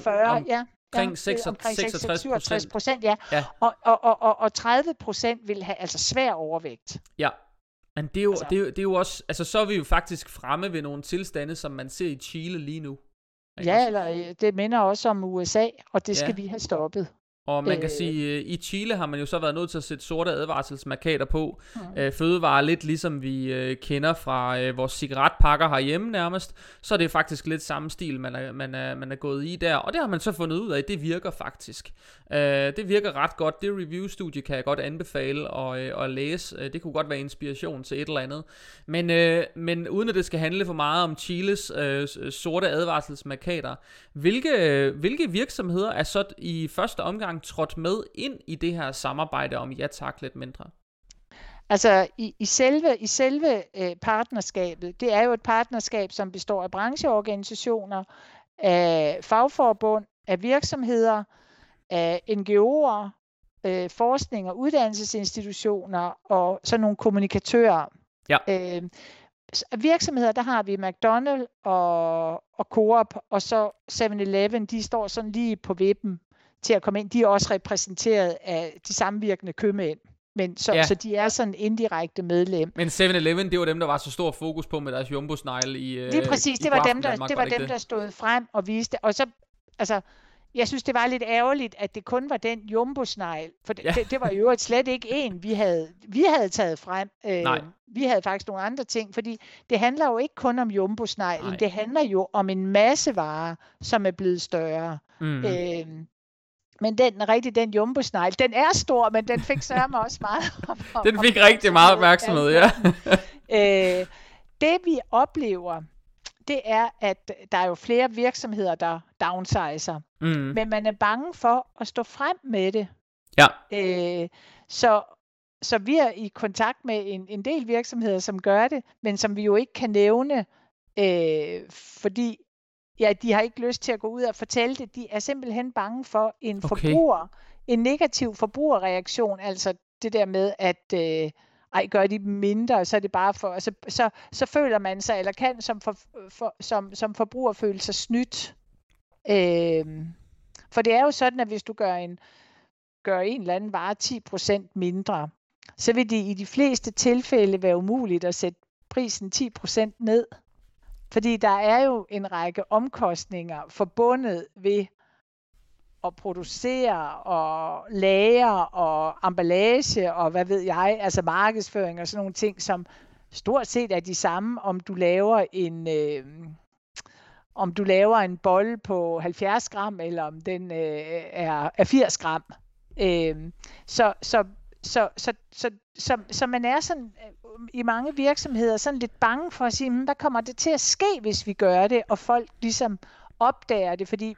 66%. Ja. Og 30% vil have altså svær overvægt. Ja, men det er jo, det er jo også, altså så er vi jo faktisk fremme ved nogle tilstande, som man ser i Chile lige nu. Ja, eller det minder også om USA, og det skal vi have stoppet. Og man kan sige, i Chile har man jo så været nødt til at sætte sorte advarselsmarkader på. Fødevarer lidt ligesom vi kender fra vores cigaretpakker herhjemme nærmest. Så er det faktisk lidt samme stil, man er gået i der. Og det har man så fundet ud af, det virker faktisk. Det virker ret godt. Det review-studie kan jeg godt anbefale at læse. Det kunne godt være inspiration til et eller andet. Men uden at det skal handle for meget om Chiles sorte advarselsmarkader. Hvilke virksomheder er så i første omgang trådt med ind i det her samarbejde om Ja Tak Lidt Mindre? Altså i selve partnerskabet, det er jo et partnerskab, som består af brancheorganisationer, af fagforbund, af virksomheder, af NGO'er, forskning og uddannelsesinstitutioner og sådan nogle kommunikatører. Ja. Virksomheder, der har vi McDonald's og Coop, og så 7-Eleven, de står sådan lige på vippen til at komme ind. De er også repræsenteret af de samvirkende købmænd. Men så de er sådan indirekte medlem. Men 7-Eleven, det var dem, der var så stor fokus på med deres jumbo-snegle i lige præcis, det var dem, der stod frem og viste. Og så, altså, jeg synes, det var lidt ærgerligt, at det kun var den jumbo-snegl. For det var jo slet ikke en, vi havde taget frem. Vi havde faktisk nogle andre ting, fordi det handler jo ikke kun om jumbo-sneglen. Det handler jo om en masse varer, som er blevet større. Men den jumbo-snegl, den er stor, men den fik sørme også meget. Den fik rigtig meget opmærksomhed, ja. Det vi oplever, det er, at der er jo flere virksomheder, der downsizer. Men man er bange for at stå frem med det. Ja. Så vi er i kontakt med en del virksomheder, som gør det, men som vi jo ikke kan nævne, fordi de har ikke lyst til at gå ud og fortælle det. De er simpelthen bange for en negativ forbrugerreaktion, altså det der med, at gør de mindre, så er det bare for, så føler man sig, eller kan som forbruger føle sig snydt. For det er jo sådan, at hvis du gør en eller anden vare 10% mindre, så vil det i de fleste tilfælde være umuligt at sætte prisen 10% ned. Fordi der er jo en række omkostninger forbundet ved at producere og lagre og emballage og hvad ved jeg, altså markedsføring og sådan nogle ting, som stort set er de samme, om du laver en bolle på 70 gram, eller om den er 80 gram. Så man er sådan i mange virksomheder sådan lidt bange for at sige, hvad kommer det til at ske, hvis vi gør det, og folk ligesom opdager det, fordi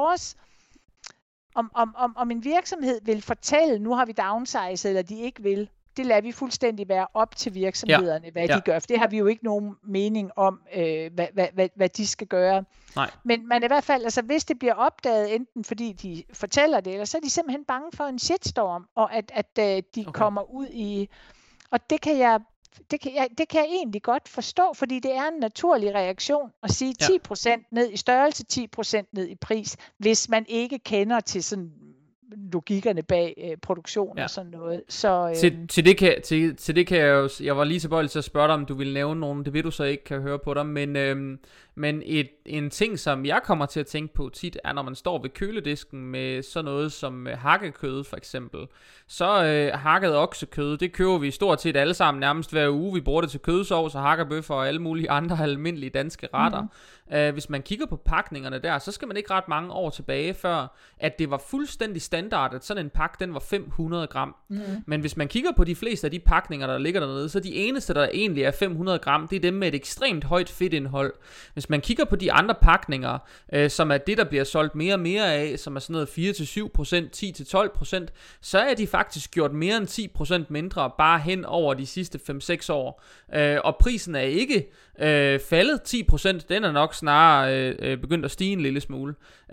om en virksomhed vil fortælle, nu har vi downsized, eller de ikke vil, det lader vi være op til virksomhederne, hvad de gør, for det har vi jo ikke nogen mening om, hvad de skal gøre. Nej. Men man i hvert fald, altså hvis det bliver opdaget, enten fordi de fortæller det, eller så er de simpelthen bange for en shitstorm, og at de kommer ud i, og det kan jeg egentlig godt forstå, fordi det er en naturlig reaktion at sige 10% ned i størrelse, 10% ned i pris, hvis man ikke kender til sådan logikkerne bag produktion og sådan noget. Så, til det kan jeg var lige så bold til at spørge dig, om du ville nævne nogen, det ved du så ikke, kan høre på dig, men en ting, som jeg kommer til at tænke på tit, er, når man står ved køledisken med sådan noget som hakkekød for eksempel. Så hakket oksekød, det køber vi stort set alle sammen nærmest hver uge. Vi bruger det til kødsovs og hakkebøffer og alle mulige andre almindelige danske retter. Hvis man kigger på pakningerne der, så skal man ikke ret mange år tilbage, før at det var fuldstændig standard, at sådan en pakke, den var 500 gram. Men hvis man kigger på de fleste af de pakninger, der ligger dernede, så de eneste, der egentlig er 500 gram, det er dem med et ekstremt højt fedtindhold. Hvis man kigger på de andre pakninger, som er det, der bliver solgt mere og mere af, som er sådan noget 4-7%, 10-12%, så er de faktisk gjort mere end 10% mindre, bare hen over de sidste 5-6 år. Og prisen er ikke faldet 10%, den er nok snarere begyndt at stige en lille smule.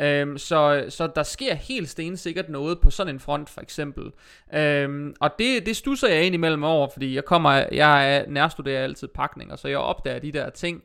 Så der sker helt stensikkert noget på sådan en front for eksempel. Og det stusser jeg ind imellem over, fordi jeg nærstuderer altid pakninger, så jeg opdager de der ting.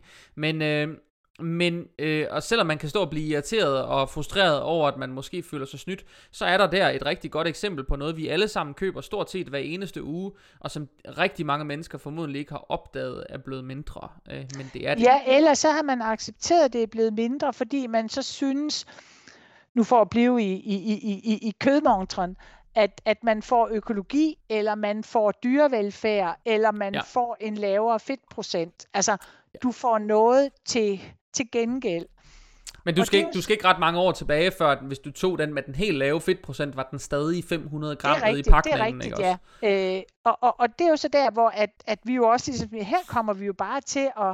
Men og selvom man kan stå og blive irriteret og frustreret over, at man måske føler sig snydt, så er der et rigtig godt eksempel på noget, vi alle sammen køber stort set hver eneste uge, og som rigtig mange mennesker formodentlig ikke har opdaget er blevet mindre. Men det er det. Ja, eller så har man accepteret, at det er blevet mindre, fordi man så synes, nu for at blive i kødmontren, at man får økologi, eller man får dyrevelfærd, eller man får en lavere fedtprocent. Altså, du får noget til gengæld. Men du skal ikke ret mange år tilbage, før at hvis du tog den med den helt lave fedtprocent, var den stadig 500 gram nede i pakningen. Det er rigtigt, ja. Og det er jo så der, hvor at vi jo også, ligesom, her kommer vi jo bare til at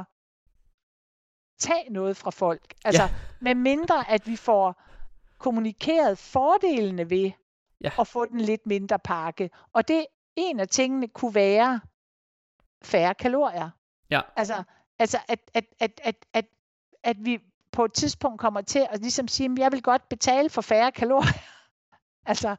tage noget fra folk. Altså, med mindre at vi får kommunikeret fordelene ved at få den lidt mindre pakke. Og det en af tingene kunne være færre kalorier. Ja. Altså at vi på et tidspunkt kommer til at ligesom sige, at jeg vil godt betale for færre kalorier. Altså,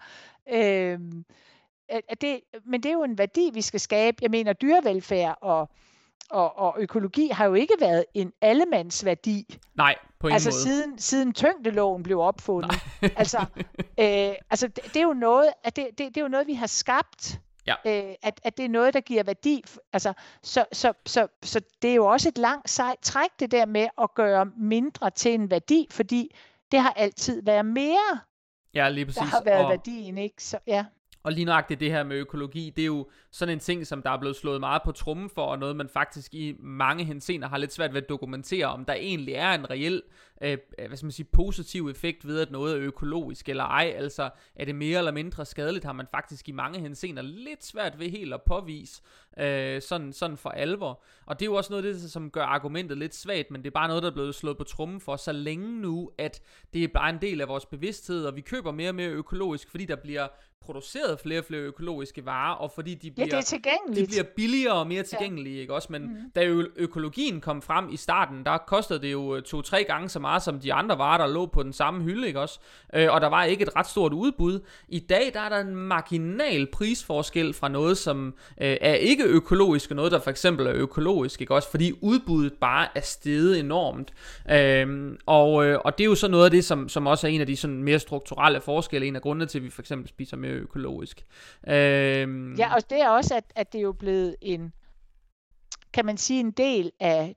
men det er jo en værdi, vi skal skabe. Jeg mener, dyrevelfærd og økologi har jo ikke været en allemandsværdi. Nej, på ingen måde. Siden tyngdeloven blev opfundet. Altså, det er jo noget, det er jo noget, vi har skabt. Ja. At det er noget, der giver værdi. Altså, så det er jo også et langt sejt træk, det der med at gøre mindre til en værdi, fordi det har altid været mere. Ja, lige præcis. Der har været værdien, ikke? Så, ja. Og lige nøjagtigt det her med økologi, det er jo sådan en ting, som der er blevet slået meget på trommen for, og noget man faktisk i mange henseender har lidt svært ved at dokumentere, om der egentlig er en reel, positiv effekt ved, at noget er økologisk eller ej. Altså, er det mere eller mindre skadeligt, har man faktisk i mange henseender lidt svært ved helt at påvise, sådan for alvor. Og det er jo også noget af det, som gør argumentet lidt svagt, men det er bare noget, der er blevet slået på trommen for så længe nu, at det er bare en del af vores bevidsthed, og vi køber mere og mere økologisk, fordi der bliver produceret flere og flere økologiske varer, og fordi de bliver billigere og mere tilgængelige, ikke også? Men da økologien kom frem i starten, der kostede det jo 2-3 gange så meget som de andre varer, der lå på den samme hylde, ikke også? Og der var ikke et ret stort udbud. I dag, der er der en marginal prisforskel fra noget, som er ikke økologisk, og noget, der for eksempel er økologisk, ikke også? Fordi udbuddet bare er steget enormt. Og det er jo så noget af det, som også er en af de sådan mere strukturelle forskelle, en af grundene til, at vi for eksempel spiser mere økologisk. Ja, og det er også, at det er jo blevet kan man sige, en del af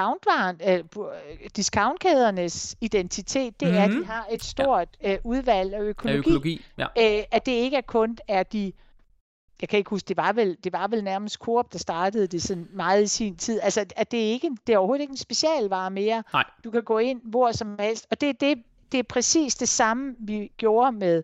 discountkædernes identitet, det er, at de har et stort udvalg af økologi. Ja. At det ikke kun er de jeg kan ikke huske, det var vel nærmest Coop, der startede det sådan meget i sin tid. Altså, at det er overhovedet ikke en specialvare mere. Nej. Du kan gå ind hvor som helst, og det er præcis det samme, vi gjorde med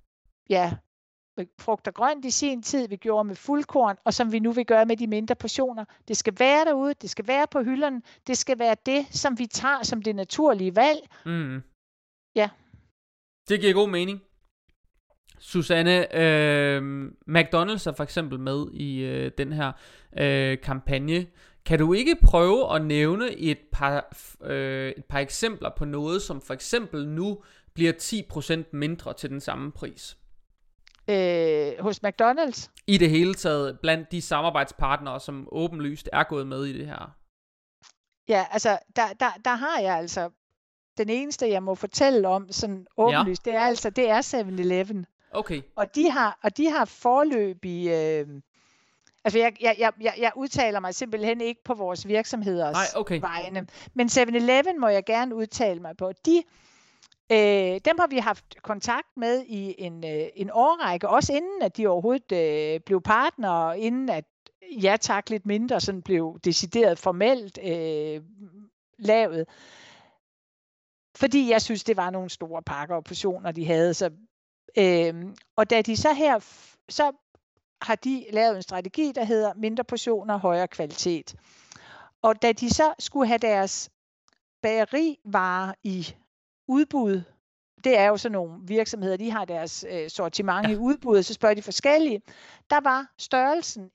frugt og grønt i sin tid, vi gjorde med fuldkorn, og som vi nu vil gøre med de mindre portioner. Det skal være derude, det skal være på hylderne, det skal være det, som vi tager som det naturlige valg. Mm. Ja. Det giver god mening. Susanne, McDonald's er for eksempel med i den her kampagne. Kan du ikke prøve at nævne et par eksempler på noget, som for eksempel nu bliver 10% mindre til den samme pris? Hos McDonald's? I det hele taget, blandt de samarbejdspartnere, som åbenlyst er gået med i det her. Ja, altså, der har jeg altså, den eneste, jeg må fortælle om, sådan åbenlyst, det er 7-Eleven. Okay. Og de har foreløbig, altså jeg udtaler mig simpelthen ikke på vores virksomheders vegne, men 7-Eleven må jeg gerne udtale mig på. Dem har vi haft kontakt med i en årrække, også inden at de overhovedet blev partnere, inden at Ja Tak Lidt Mindre sådan blev decideret formelt lavet. Fordi jeg synes, det var nogle store pakker og portioner, de havde. Og da de så her, så har de lavet en strategi, der hedder mindre portioner, højere kvalitet. Og da de så skulle have deres bagerivarer i udbud, det er jo sådan nogle virksomheder, de har deres sortiment i udbud, og så spørger de forskellige. Der var størrelsen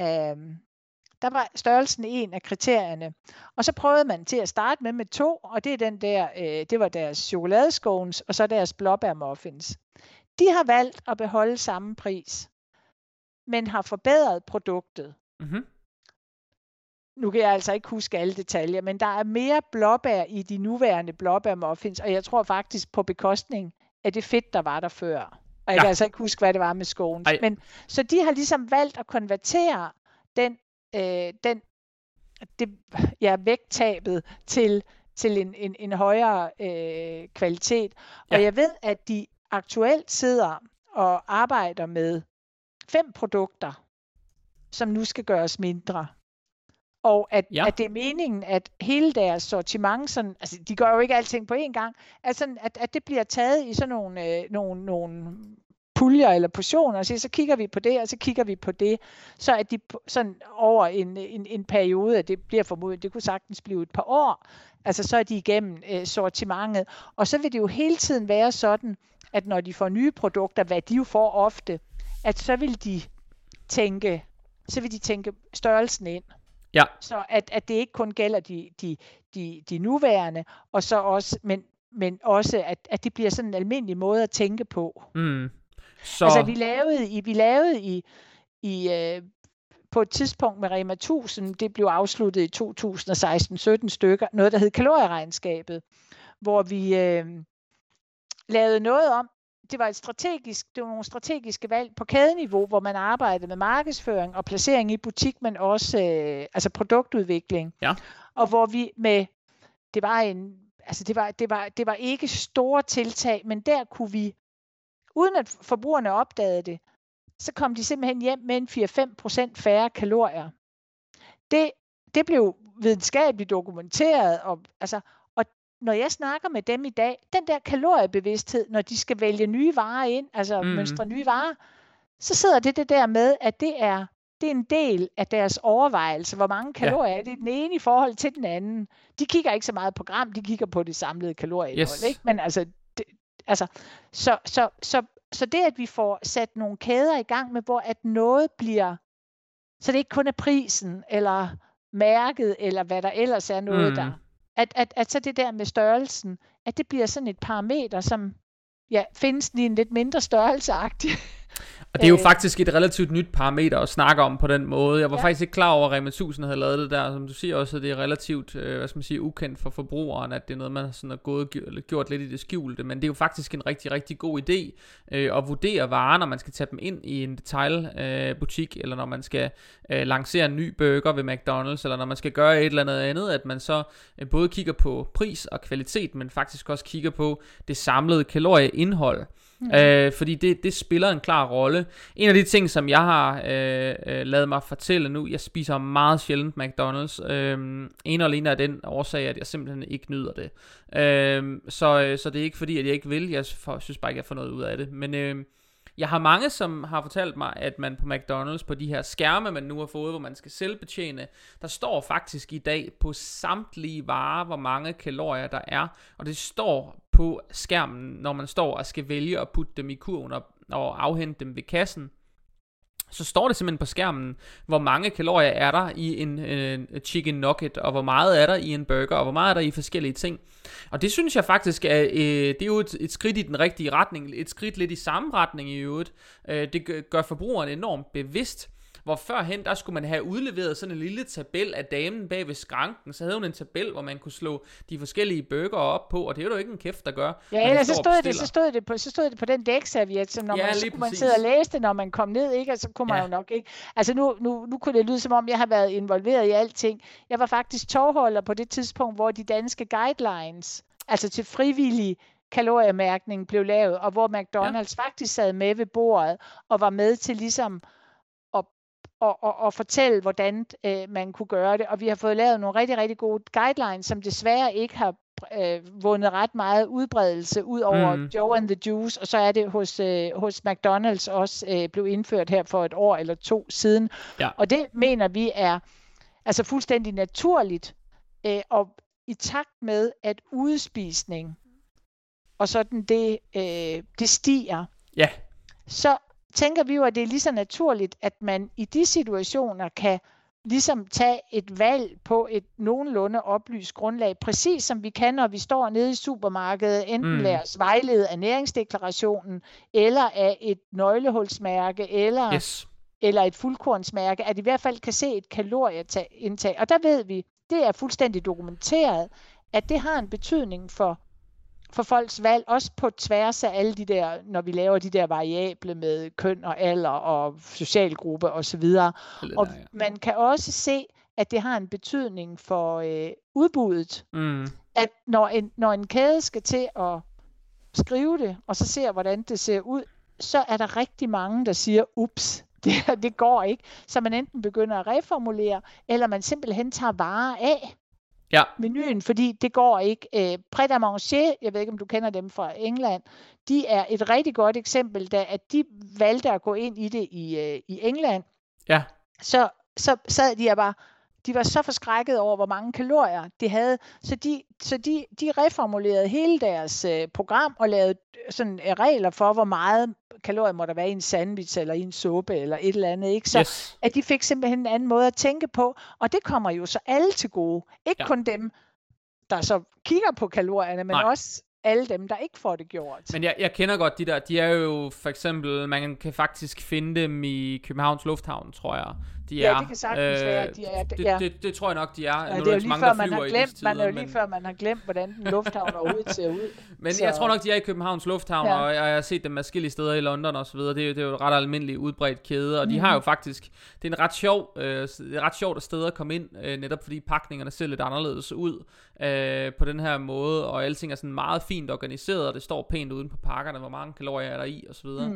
en af kriterierne. Og så prøvede man til at starte med 2, og det er det var deres chokoladescones, og så deres blåbærmuffins. De har valgt at beholde samme pris, men har forbedret produktet. Mm-hmm. Nu kan jeg altså ikke huske alle detaljer, men der er mere blåbær i de nuværende blåbærmuffins, og jeg tror faktisk på bekostning af det fedt, der var der før. Og jeg kan altså ikke huske, hvad det var med scones. Men, så de har ligesom valgt at konvertere vægttabet til en højere kvalitet. Og jeg ved, at de aktuelt sidder og arbejder med 5 produkter, som nu skal gøres mindre. Og at det er meningen, at hele deres sortiment, sådan, altså de gør jo ikke alting på én gang, at det bliver taget i sådan nogle puljer eller portioner, og så kigger vi på det, og så kigger vi på det, så at de sådan over en periode, at det bliver formodet, det kunne sagtens blive et par år, altså så er de igennem sortimentet, og så vil det jo hele tiden være sådan, at når de får nye produkter, hvad de jo får ofte, at så vil de tænke størrelsen ind. Ja. Så at det ikke kun gælder de nuværende, og så også, men også at det bliver sådan en almindelig måde at tænke på. Mm. Så... Altså vi lavede på et tidspunkt med Rema 1000, det blev afsluttet i 2016-17 stykker, noget der hed kalorieregnskabet, hvor vi lavede noget om. Det var nogle strategiske valg på kædeniveau, hvor man arbejdede med markedsføring og placering i butik, men også altså produktudvikling. Ja. Og hvor vi det var ikke store tiltag, men der kunne vi, uden at forbrugerne opdagede det, så kom de simpelthen hjem med en 4-5% færre kalorier. Det blev videnskabeligt dokumenteret, og når jeg snakker med dem i dag, den der kaloriebevidsthed, når de skal vælge nye varer ind, altså mønstre nye varer, så sidder det der med, at det er en del af deres overvejelse, hvor mange kalorier er det den ene i forhold til den anden. De kigger ikke så meget på gram, de kigger på det samlede kalorieindhold, ikke? Men så det, at vi får sat nogle kæder i gang med, hvor at noget bliver, så det ikke kun er prisen, eller mærket, eller hvad der ellers er noget der. At så det der med størrelsen, at det bliver sådan et parameter, som findes i en lidt mindre størrelseagtig. Og det er jo faktisk et relativt nyt parameter at snakke om på den måde. Jeg var faktisk ikke klar over, at Rema 1000 havde lavet det der. Som du siger også, at det er relativt ukendt for forbrugeren, at det er noget, man sådan har gjort lidt i det skjulte. Men det er jo faktisk en rigtig, rigtig god idé at vurdere varer, når man skal tage dem ind i en detailbutik, eller når man skal lancere en ny burger ved McDonald's, eller når man skal gøre et eller andet, at man så både kigger på pris og kvalitet, men faktisk også kigger på det samlede kalorieindhold. Fordi det spiller en klar rolle. En af de ting, som jeg har lavet mig fortælle nu, jeg spiser meget sjældent McDonald's. En og alene af den årsag, at jeg simpelthen ikke nyder det. Så det er ikke fordi, at jeg ikke vil. Jeg synes bare ikke, jeg får noget ud af det. Men jeg har mange, som har fortalt mig, at man på McDonald's, på de her skærme, man nu har fået, hvor man skal selvbetjene, der står faktisk i dag på samtlige varer, hvor mange kalorier der er. Og det står på skærmen, når man står og skal vælge at putte dem i kurven og afhente dem ved kassen. Så står det simpelthen på skærmen, hvor mange kalorier er der i en chicken nugget, og hvor meget er der i en burger, og hvor meget er der i forskellige ting. Og det synes jeg faktisk er, det er jo et skridt i den rigtige retning, et skridt lidt i samme retning i øvrigt. Det gør forbrugeren enormt bevidst. Hvor førhen, der skulle man have udleveret sådan en lille tabel af damen bag ved skranken. Så havde hun en tabel, hvor man kunne slå de forskellige burger op på, og det er jo ikke en kæft, der gør. Ja, ellers så stod det på den dækserviet, som når man, så kunne man sidde og læse det, når man kom ned, ikke? Og så kunne man jo nok ikke. Altså nu kunne det lyde, som om jeg har været involveret i alting. Jeg var faktisk tovholder på det tidspunkt, hvor de danske guidelines, altså til frivillig kaloriemærkning, blev lavet, og hvor McDonald's faktisk sad med ved bordet, og var med til ligesom og fortælle, hvordan man kunne gøre det. Og vi har fået lavet nogle rigtig, rigtig gode guidelines, som desværre ikke har vundet ret meget udbredelse ud over Joe and the Juice, og så er det hos McDonald's også blev indført her for et år eller 2 siden. Ja. Og det mener vi er altså fuldstændig naturligt, og i takt med, at udspisning og sådan det stiger, så tænker vi jo, at det er lige så naturligt, at man i de situationer kan ligesom tage et valg på et nogenlunde oplyst grundlag, præcis som vi kan, når vi står nede i supermarkedet, enten lader os vejlede af næringsdeklarationen, eller af et nøglehulsmærke, eller et fuldkornsmærke, at i hvert fald kan se et kalorieindtag. Og der ved vi, det er fuldstændig dokumenteret, at det har en betydning for folks valg, også på tværs af alle de der, når vi laver de der variable med køn og alder og socialgruppe osv. Og man kan også se, at det har en betydning for udbuddet. At når en kæde skal til at skrive det, og så ser, hvordan det ser ud, så er der rigtig mange, der siger, ups, det går ikke. Så man enten begynder at reformulere, eller man simpelthen tager varer af menuen, fordi det går ikke. Pret à manger, jeg ved ikke, om du kender dem fra England, de er et rigtig godt eksempel, da at de valgte at gå ind i det i England. Ja. Så sad de bare, de var så forskrækket over, hvor mange kalorier de havde, så de reformulerede hele deres program og lavede sådan regler for, hvor meget kalorier må der være i en sandwich eller i en suppe eller et eller andet, ikke? Så at de fik simpelthen en anden måde at tænke på, og det kommer jo så alle til gode. Ikke kun dem, der så kigger på kalorierne, men også alle dem, der ikke får det gjort. Men jeg kender godt de der, de er jo for eksempel, man kan faktisk finde dem i Københavns Lufthavn, tror jeg. Det kan sagtens være, de er. Det tror jeg nok, de er. Ja, det er jo lige før, man har glemt, hvordan den lufthavn overhovedet ser ud. Men jeg tror nok, de er i Københavns Lufthavn, og jeg har set dem forskellige steder i London og så videre. Det er jo et ret almindeligt udbredt kæde, og de har jo faktisk, det er en ret sjovt sted at komme ind, netop fordi pakningerne ser lidt anderledes ud på den her måde, og alting er sådan meget fint organiseret, og det står pænt uden på pakkerne, hvor mange kalorier er der i og så videre.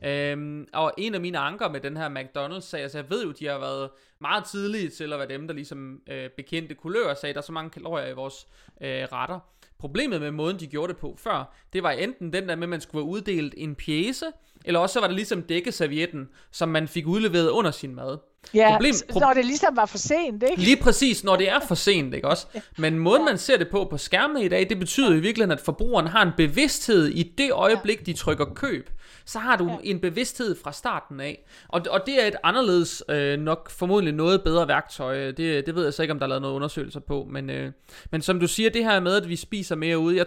Og en af mine anker med den her McDonald's-sag, altså jeg ved jo, de har været meget tidlige til at være dem, der ligesom bekendte kulør sagde, der er så mange kalorier i vores retter. Problemet med måden, de gjorde det på før, det var enten den der med, at man skulle være uddelt en pjece, eller også så var det ligesom dækkeservietten, som man fik udleveret under sin mad. Ja, når det ligesom var for sent, ikke? Lige præcis, når det er for sent, ikke også? Men måden man ser det på skærmene i dag, det betyder i virkeligheden, at forbrugeren har en bevidsthed i det øjeblik, de trykker køb. Så har du en bevidsthed fra starten af. Og det er et anderledes, nok formodentlig noget bedre værktøj. Det ved jeg så ikke, om der er lavet noget undersøgelser på. Men som du siger, det her med, at vi spiser mere ude,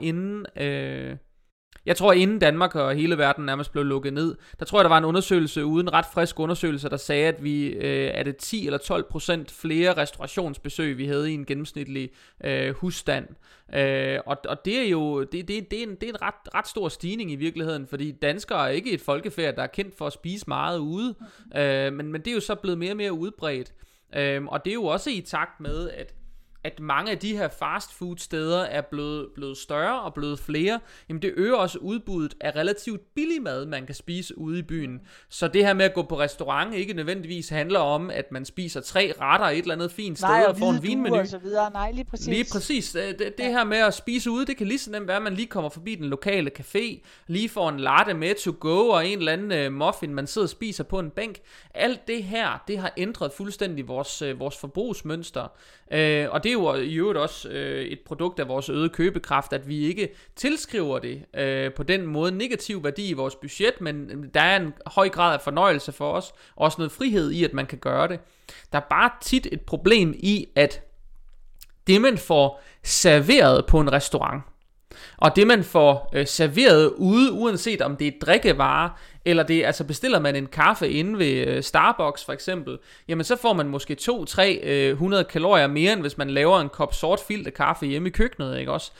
jeg tror inden Danmark og hele verden nærmest blev lukket ned, der tror jeg, der var en undersøgelse en ret frisk undersøgelse, der sagde, at vi er det 10 eller 12% flere restaurationsbesøg, vi havde i en gennemsnitlig husstand. Og det er jo det er en ret stor stigning i virkeligheden, fordi danskere er ikke et folkefærd, der er kendt for at spise meget ude, men det er jo så blevet mere og mere udbredt. Og det er jo også i takt med, at mange af de her fast food steder er blevet større og blevet flere, jamen det øger også udbuddet af relativt billig mad, man kan spise ude i byen. Så det her med at gå på restaurant ikke nødvendigvis handler om, at man spiser 3 retter et eller andet fint sted og får en vinmenu. Og så videre. Nej, lige præcis. Lige præcis. Det her med at spise ude, det kan lige så nemt være, at man lige kommer forbi den lokale café, lige får en latte med to go og en eller anden muffin, man sidder og spiser på en bænk. Alt det her, det har ændret fuldstændig vores forbrugsmønster. Og det er jo i øvrigt også et produkt af vores øgede købekraft, at vi ikke tilskriver det på den måde negativ værdi i vores budget, men der er en høj grad af fornøjelse for os, og også noget frihed i, at man kan gøre det. Der er bare tit et problem i, at det man får serveret på en restaurant, og det man får serveret ude, uanset om det er drikkevarer, eller det altså bestiller man en kaffe inde ved Starbucks for eksempel, jamen så får man måske 200-300 kalorier mere, end hvis man laver en kop sort filterkaffe hjemme i køkkenet, ikke også?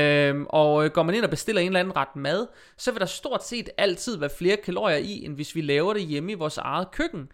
Og går man ind og bestiller en eller anden ret mad, så vil der stort set altid være flere kalorier i, end hvis vi laver det hjemme i vores eget køkken.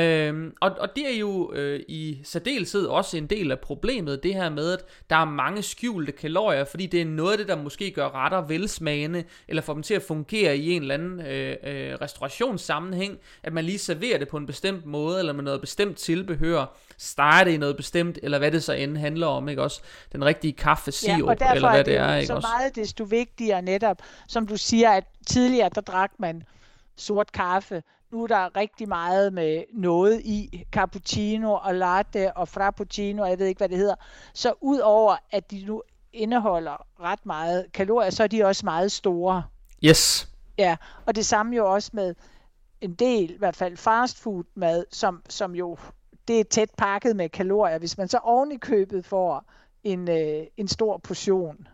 Og det er jo i særdeleshed også en del af problemet, det her med, at der er mange skjulte kalorier, fordi det er noget af det, der måske gør retter velsmagende, eller får dem til at fungere i en eller anden restaurationssammenhæng, at man lige serverer det på en bestemt måde, eller med noget bestemt tilbehør, steger det i noget bestemt, eller hvad det så end handler om, ikke også? Den rigtige kaffesirup, eller hvad det er, ikke så også? meget desto vigtigere netop, som du siger, at tidligere der drak man sort kaffe, nu er der rigtig meget med noget i, cappuccino og latte og frappuccino, og jeg ved ikke, hvad det hedder. Så ud over, at de nu indeholder ret meget kalorier, så er de også meget store. Yes. Ja, og det samme jo også med en del, i hvert fald fast food mad, som jo, det er tæt pakket med kalorier. Hvis man så oven i købet får en stor portion,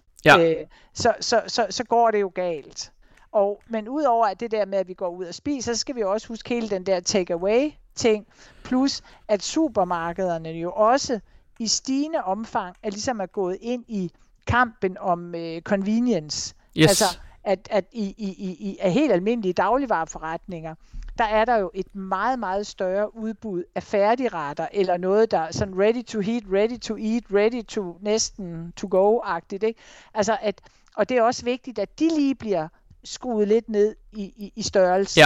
så går det jo galt. Men udover at det der med, at vi går ud og spiser, så skal vi også huske hele den der take-away-ting, plus at supermarkederne jo også i stigende omfang er ligesom er gået ind i kampen om convenience. Yes. Altså, at i helt almindelige dagligvareforretninger, der er der jo et meget, meget større udbud af færdigretter, eller noget, der er sådan ready to heat, ready to eat, ready to næsten to go-agtigt, ikke? Altså og det er også vigtigt, at de lige bliver skruet lidt ned i størrelsen.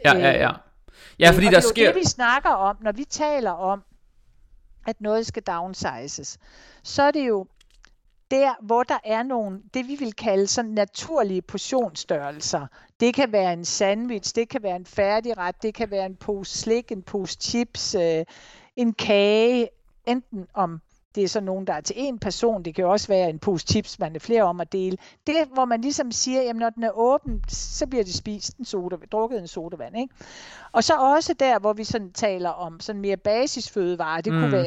Ja, fordi der sker... det, vi snakker om, når vi taler om, at noget skal downsizes, så er det jo der, hvor der er nogle, det vi vil kalde sådan naturlige portionsstørrelser. Det kan være en sandwich, det kan være en færdigret, det kan være en pose slik, en pose chips, en kage, enten om det er så nogen, der er til en person, det kan jo også være en pose chips, man er flere om at dele. Det, hvor man ligesom siger, jamen når den er åben, så bliver det spist drukket en sodavand, ikke? Og så også der, hvor vi sådan taler om sådan mere basisfødevarer,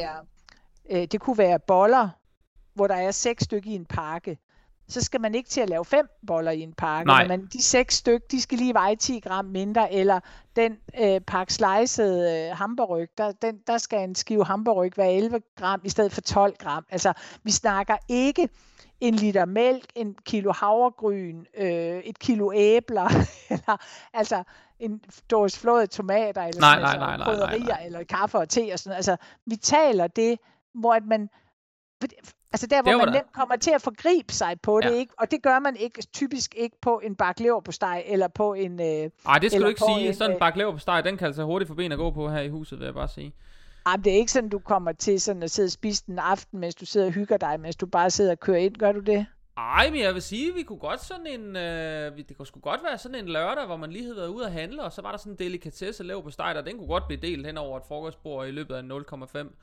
det kunne være boller, hvor der er 6 stykker i en pakke, så skal man ikke til at lave 5 boller i en pakke. Men de 6 stykker, de skal lige veje 10 gram mindre, eller den pakke sliced hamburgerryg, der skal en skive hamburgerryg være 11 gram i stedet for 12 gram. Altså, vi snakker ikke en liter mælk, en kilo havregryn, et kilo æbler, eller altså en dåse flåede tomater, eller krydderier, eller kaffe og te og sådan noget. Altså, vi taler det, hvor at man... Altså der, hvor man nemt kommer til at forgribe sig på det, ikke? Og det gør man ikke typisk ikke på en bakke leverpostej eller på en... Nej, det skal du ikke sige. Sådan en bakke leverpostej, den kan altså hurtigt få ben at gå på her i huset, vil jeg bare sige. Det er ikke sådan, du kommer til sådan at sidde og spise den aften, mens du sidder og hygger dig, mens du bare sidder og kører ind. Gør du det? Ej, men jeg vil sige, vi kunne godt sådan en... det kunne sgu godt være sådan en lørdag, hvor man lige havde været ude at handle, og så var der sådan en delikatesse leverpostej, der den kunne godt blive delt hen over et frokostbord i løbet af 0,5.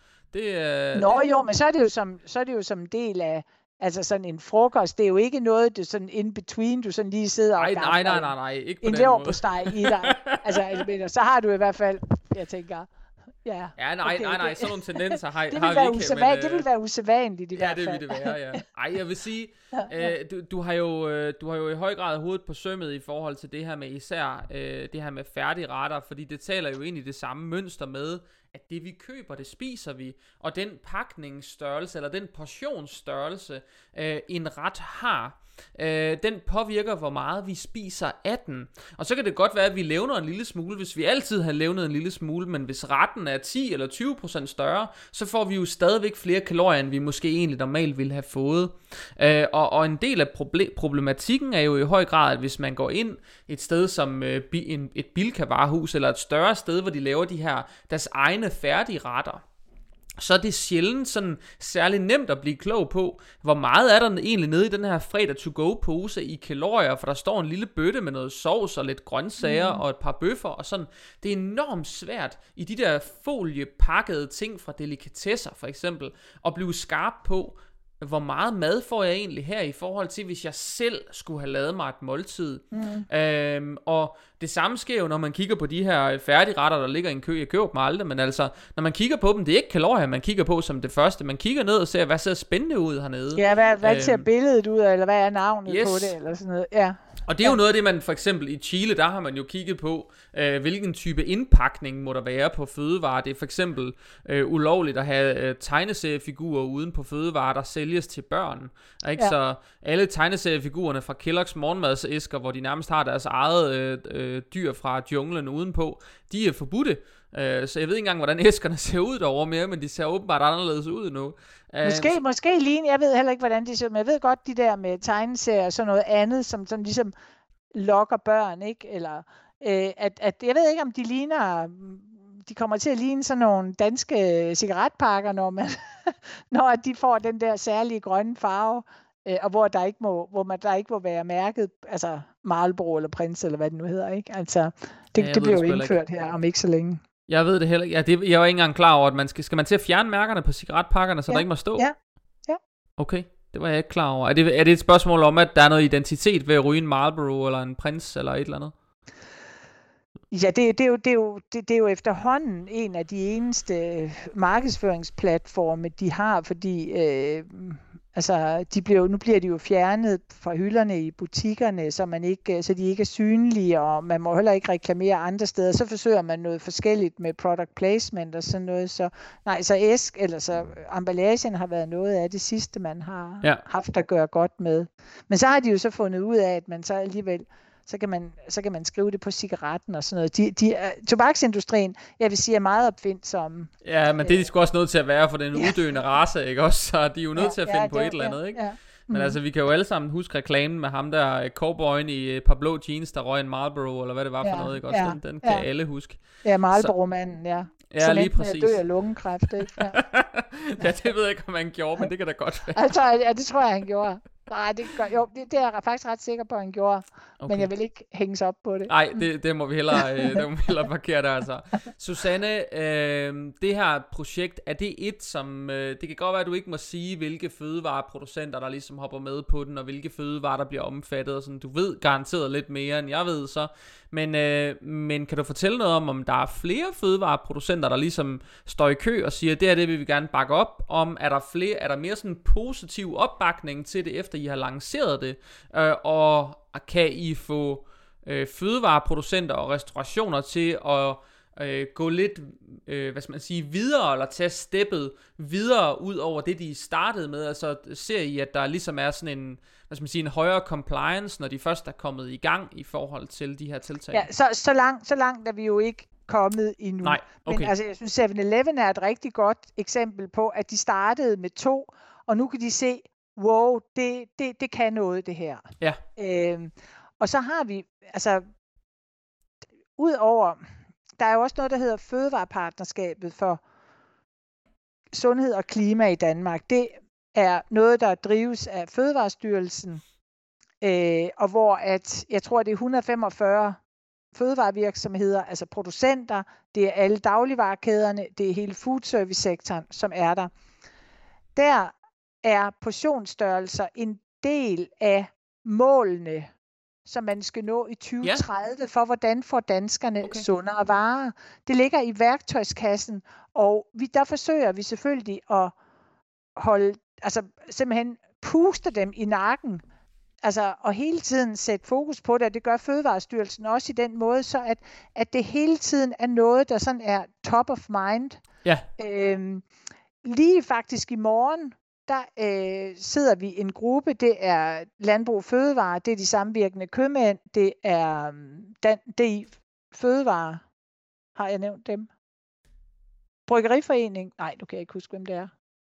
Men så er det jo som en del af altså sådan en frokost. Det er jo ikke noget, det er sådan in between, du sådan lige sidder og nej, ikke på en den måde. En leverpostej i dig. Altså, så har du i hvert fald, jeg tænker... Nej, sådan nogle tendenser har vi ikke. Det vil være usædvanligt i hvert fald. Ja, det vil det være, ja. Ej, jeg vil sige, du har jo i høj grad hovedet på sømmet i forhold til det her med især det her med færdigretter, fordi det taler jo ind i det samme mønster med, at det vi køber, det spiser vi, og den pakningsstørrelse, eller den portionsstørrelse, en ret har, den påvirker, hvor meget vi spiser af den. Og så kan det godt være, at vi levner en lille smule, hvis vi altid har levnet en lille smule, men hvis retten er 10 eller 20% større, så får vi jo stadigvæk flere kalorier, end vi måske egentlig normalt ville have fået. Og en del af problematikken er jo i høj grad, at hvis man går ind et sted som et Bilka-varehus, eller et større sted, hvor de laver deres egne færdige retter, så er det sjældent sådan særlig nemt at blive klog på, hvor meget er der egentlig nede i den her fredag to go pose i kalorier, for der står en lille bøtte med noget sovs og lidt grøntsager og et par bøffer og sådan. Det er enormt svært i de der foliepakkede ting fra delikatesser for eksempel, at blive skarp på, hvor meget mad får jeg egentlig her i forhold til, hvis jeg selv skulle have lavet mig et måltid. Og det samme sker jo, når man kigger på de her færdigretter, der ligger i en kø. Jeg køber dem aldrig, men altså, når man kigger på dem, det er ikke kalorier, man kigger på som det første. Man kigger ned og ser, hvad ser spændende ud hernede. Ja, hvad ser billedet ud af, eller hvad er navnet på det, eller sådan noget. Ja. Og det er jo noget af det, man for eksempel i Chile, der har man jo kigget på, hvilken type indpakning må der være på fødevarer. Det er for eksempel ulovligt at have tegneseriefigurer uden på fødevarer, der sælges til børn. Ikke? Ja. Så alle tegneseriefigurerne fra Kellogg's morgenmadsæsker, hvor de nærmest har deres eget dyr fra junglen udenpå, de er forbudte. Så jeg ved ikke engang, hvordan æskerne ser ud derovre mere, men de ser åbenbart anderledes ud nu. Måske lige, jeg ved heller ikke, hvordan de ser ud, men jeg ved godt, de der med tegneserier og sådan noget andet, som ligesom lokker børn, ikke? Eller, at jeg ved ikke, om de ligner, de kommer til at ligne sådan nogle danske cigaretpakker, når de får den der særlige grønne farve, og hvor der ikke må være mærket, altså Marlboro eller Prince, eller hvad det nu hedder, ikke? Altså, det bliver jo indført her om ikke så længe. Jeg ved det heller ikke. Jeg var ikke engang klar over, at man skal man til at fjerne mærkerne på cigaretpakkerne, så der ikke må stå? Ja. Okay, det var jeg ikke klar over. Er det et spørgsmål om, at der er noget identitet ved at ryge en Marlboro eller en Prince eller et eller andet? Ja, det er jo efterhånden en af de eneste markedsføringsplatforme, de har, fordi nu bliver de jo fjernet fra hylderne i butikkerne, så de ikke er synlige, og man må heller ikke reklamere andre steder. Så forsøger man noget forskelligt med product placement og sådan noget. Så emballagen har været noget af det sidste, man har haft at gøre godt med. Men så har de jo så fundet ud af, at man så alligevel så kan man skrive det på cigaretten og sådan noget. Tobaksindustrien, jeg vil sige, er meget opfindsomme. Ja, men det er de sgu også nødt til at være for den uddøende race, ikke også? Så de er jo nødt til at finde på et eller andet, ikke? Ja. Men altså, vi kan jo alle sammen huske reklamen med ham der cowboyen i et par blå jeans, der røg en Marlboro, eller hvad det var for noget, ikke også? Den kan alle huske. Ja, Marlboro-manden, ja. Ja, lige præcis. Død af lungekræft, ikke? Ja. Ja, det ved jeg ikke, om han gjorde, men det kan da godt være. Altså, det tror jeg, han gjorde. Nej, det er jeg faktisk ret sikker på, at han gjorde. Okay. Men jeg vil ikke hænges op på det. Nej, det må vi hellere parkere der, altså. Susanne, det her projekt, er det som... det kan godt være, at du ikke må sige, hvilke fødevareproducenter, der ligesom hopper med på den, og hvilke fødevarer, der bliver omfattet, og sådan. Du ved garanteret lidt mere, end jeg ved så. Men kan du fortælle noget om der er flere fødevareproducenter, der ligesom står i kø og siger, det vil vi gerne bakke op om? Er der mere sådan positiv opbakning til det, efter I har lanceret det? Og kan I få fødevareproducenter og restaurationer til at gå lidt, videre, eller tage steppet videre ud over det, de startede med? Altså ser I, at der ligesom er sådan en højere compliance, når de først er kommet i gang i forhold til de her tiltag? Ja, så langt er vi jo ikke kommet endnu. Nej, okay. Men altså, jeg synes, 7-Eleven er et rigtig godt eksempel på, at de startede med 2, og nu kan de se, wow, det kan noget, det her. Ja. Og så har vi, altså, udover, der er jo også noget, der hedder Fødevarepartnerskabet for Sundhed og Klima i Danmark. Det er noget, der drives af Fødevarestyrelsen, og hvor jeg tror, det er 145 fødevarevirksomheder, altså producenter, det er alle dagligvarekæderne, det er hele foodservice-sektoren, som er der. Der er portionsstørrelser en del af målene, som man skal nå i 2030, for hvordan får danskerne sundere varer. Det ligger i værktøjskassen, og der forsøger vi selvfølgelig at simpelthen puste dem i nakken, og hele tiden sætte fokus på det, og det gør Fødevarestyrelsen også i den måde, så at det hele tiden er noget, der sådan er top of mind. Ja. Lige faktisk i morgen, der sidder vi en gruppe, det er Landbrug Fødevare, det er de samvirkende købmænd, det er DI Fødevare, har jeg nævnt dem? Bryggeriforening, nej, du kan jeg ikke huske, hvem det er.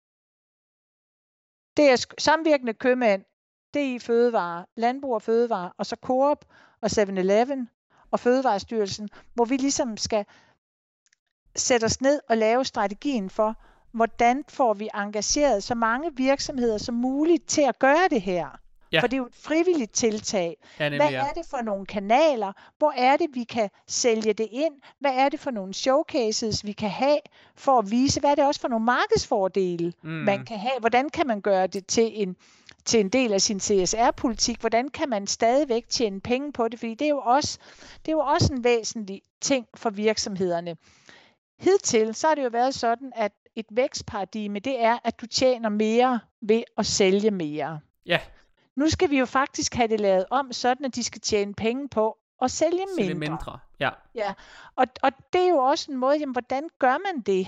Det er samvirkende købmænd, DI Fødevare, Landbrug og Fødevare, og så Coop og 7-Eleven og Fødevarestyrelsen, hvor vi ligesom skal sætte os ned og lave strategien for, hvordan får vi engageret så mange virksomheder som muligt til at gøre det her. Ja. For det er jo et frivilligt tiltag. Ja, nemlig, hvad er det for nogle kanaler? Hvor er det, vi kan sælge det ind? Hvad er det for nogle showcases, vi kan have for at vise? Hvad er det også for nogle markedsfordele, man kan have? Hvordan kan man gøre det til en del af sin CSR-politik? Hvordan kan man stadigvæk tjene penge på det? Fordi det er jo også en væsentlig ting for virksomhederne. Hidtil så har det jo været sådan, at et vækstparadigme, det er, at du tjener mere ved at sælge mere. Ja. Nu skal vi jo faktisk have det lavet om, sådan at de skal tjene penge på at sælge mindre. Ja. Ja. Og det er jo også en måde, jamen, hvordan gør man det?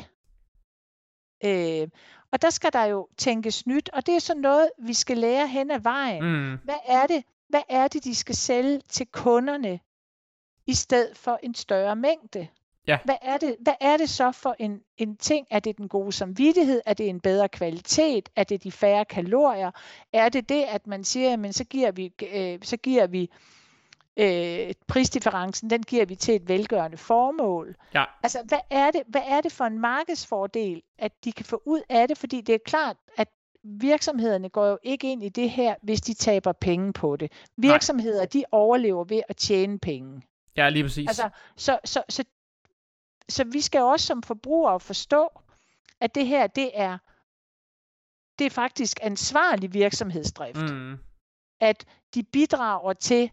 Og der skal der jo tænkes nyt, og det er sådan noget, vi skal lære hen ad vejen. Hvad er det, de skal sælge til kunderne, i stedet for en større mængde? Ja. Hvad er det så for en ting? Er det den gode samvittighed? Er det en bedre kvalitet? Er det de færre kalorier? Er det det, at man siger, men så giver vi prisdifferencen, den giver vi til et velgørende formål? Ja. Altså, hvad er det for en markedsfordel, at de kan få ud af det? Fordi det er klart, at virksomhederne går jo ikke ind i det her, hvis de taber penge på det. Virksomheder, de overlever ved at tjene penge. Ja, lige præcis. Altså, så vi skal også som forbrugere forstå, at det her, det er faktisk ansvarlig virksomhedsdrift. At de bidrager til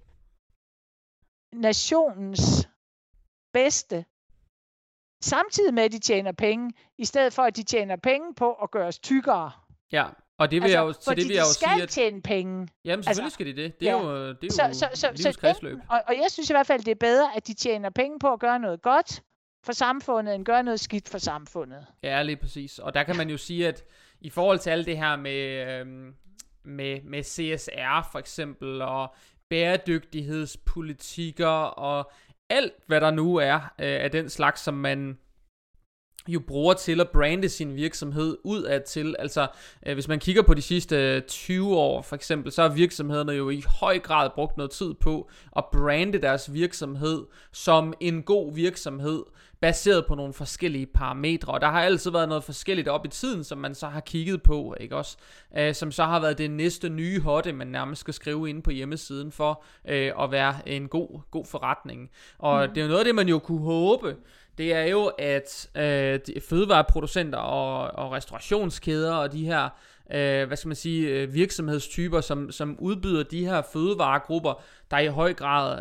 nationens bedste, samtidig med, at de tjener penge, i stedet for, at de tjener penge på at gøre os tykkere. Ja, og det vil jeg jo sige, at skal tjene penge. Jamen, selvfølgelig skal de det. Det er jo livets kredsløb. Og jeg synes i hvert fald, det er bedre, at de tjener penge på at gøre noget godt for samfundet, end gøre noget skidt for samfundet. Ja, lige præcis. Og der kan man jo sige, at i forhold til alt det her med CSR for eksempel, og bæredygtighedspolitikker, og alt hvad der nu er af den slags, som man jo bruger til at brande sin virksomhed udad til. Altså, hvis man kigger på de sidste 20 år for eksempel, så har virksomhederne jo i høj grad brugt noget tid på at brande deres virksomhed som en god virksomhed, baseret på nogle forskellige parametre, og der har altid været noget forskelligt op i tiden, som man så har kigget på, ikke også? Som så har været det næste nye hotte, man nærmest skal skrive inde på hjemmesiden for at være en god forretning. Og det er jo noget af det, man jo kunne håbe. Det er jo, at fødevareproducenter og restaurationskæder og de her virksomhedstyper, som udbyder de her fødevaregrupper, der i høj grad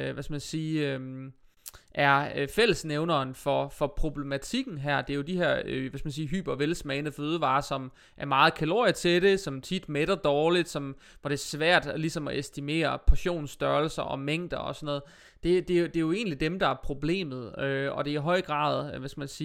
er fællesnævneren for problematikken her. Det er jo de her, hypervelsmagende fødevarer, som er meget kalorietætte, som tit mætter dårligt, hvor det er svært ligesom at estimere portionsstørrelser og mængder og sådan noget. Det er jo egentlig dem, der er problemet, og det er i høj grad,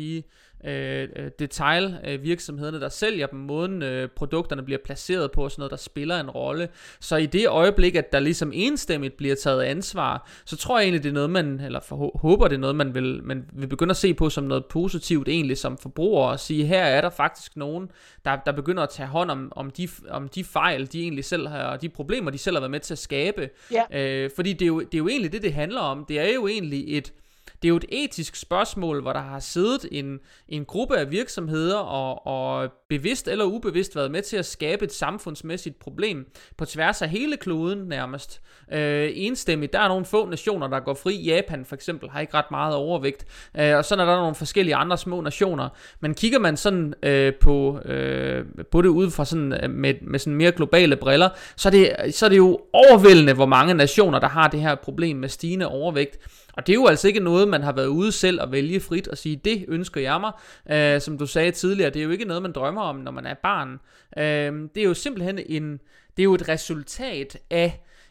detailvirksomhederne, der sælger dem, måden produkterne bliver placeret på, sådan noget, der spiller en rolle. Så i det øjeblik, at der ligesom enstemmigt bliver taget ansvar, så tror jeg egentlig, det er noget, håber det er noget, man vil begynde at se på som noget positivt egentlig som forbruger, og sige, her er der faktisk nogen, der begynder at tage hånd om de fejl, de egentlig selv har, og de problemer, de selv har været med til at skabe. Ja. Fordi det er jo egentlig det handler om. Det er jo egentlig et etisk spørgsmål, hvor der har siddet en gruppe af virksomheder og bevidst eller ubevidst været med til at skabe et samfundsmæssigt problem på tværs af hele kloden nærmest. Enstemmigt. Der er nogle få nationer, der går fri. Japan for eksempel har ikke ret meget overvægt. Og sådan er der nogle forskellige andre små nationer. Men kigger man sådan på det ud fra sådan med sådan mere globale briller, så er det jo overvældende, hvor mange nationer, der har det her problem med stigende overvægt. Og det er jo altså ikke noget, man har været ude selv at vælge frit og sige, det ønsker jeg mig. Som du sagde tidligere, det er jo ikke noget, man drømmer om, når man er barn. Det er jo simpelthen det er jo et resultat af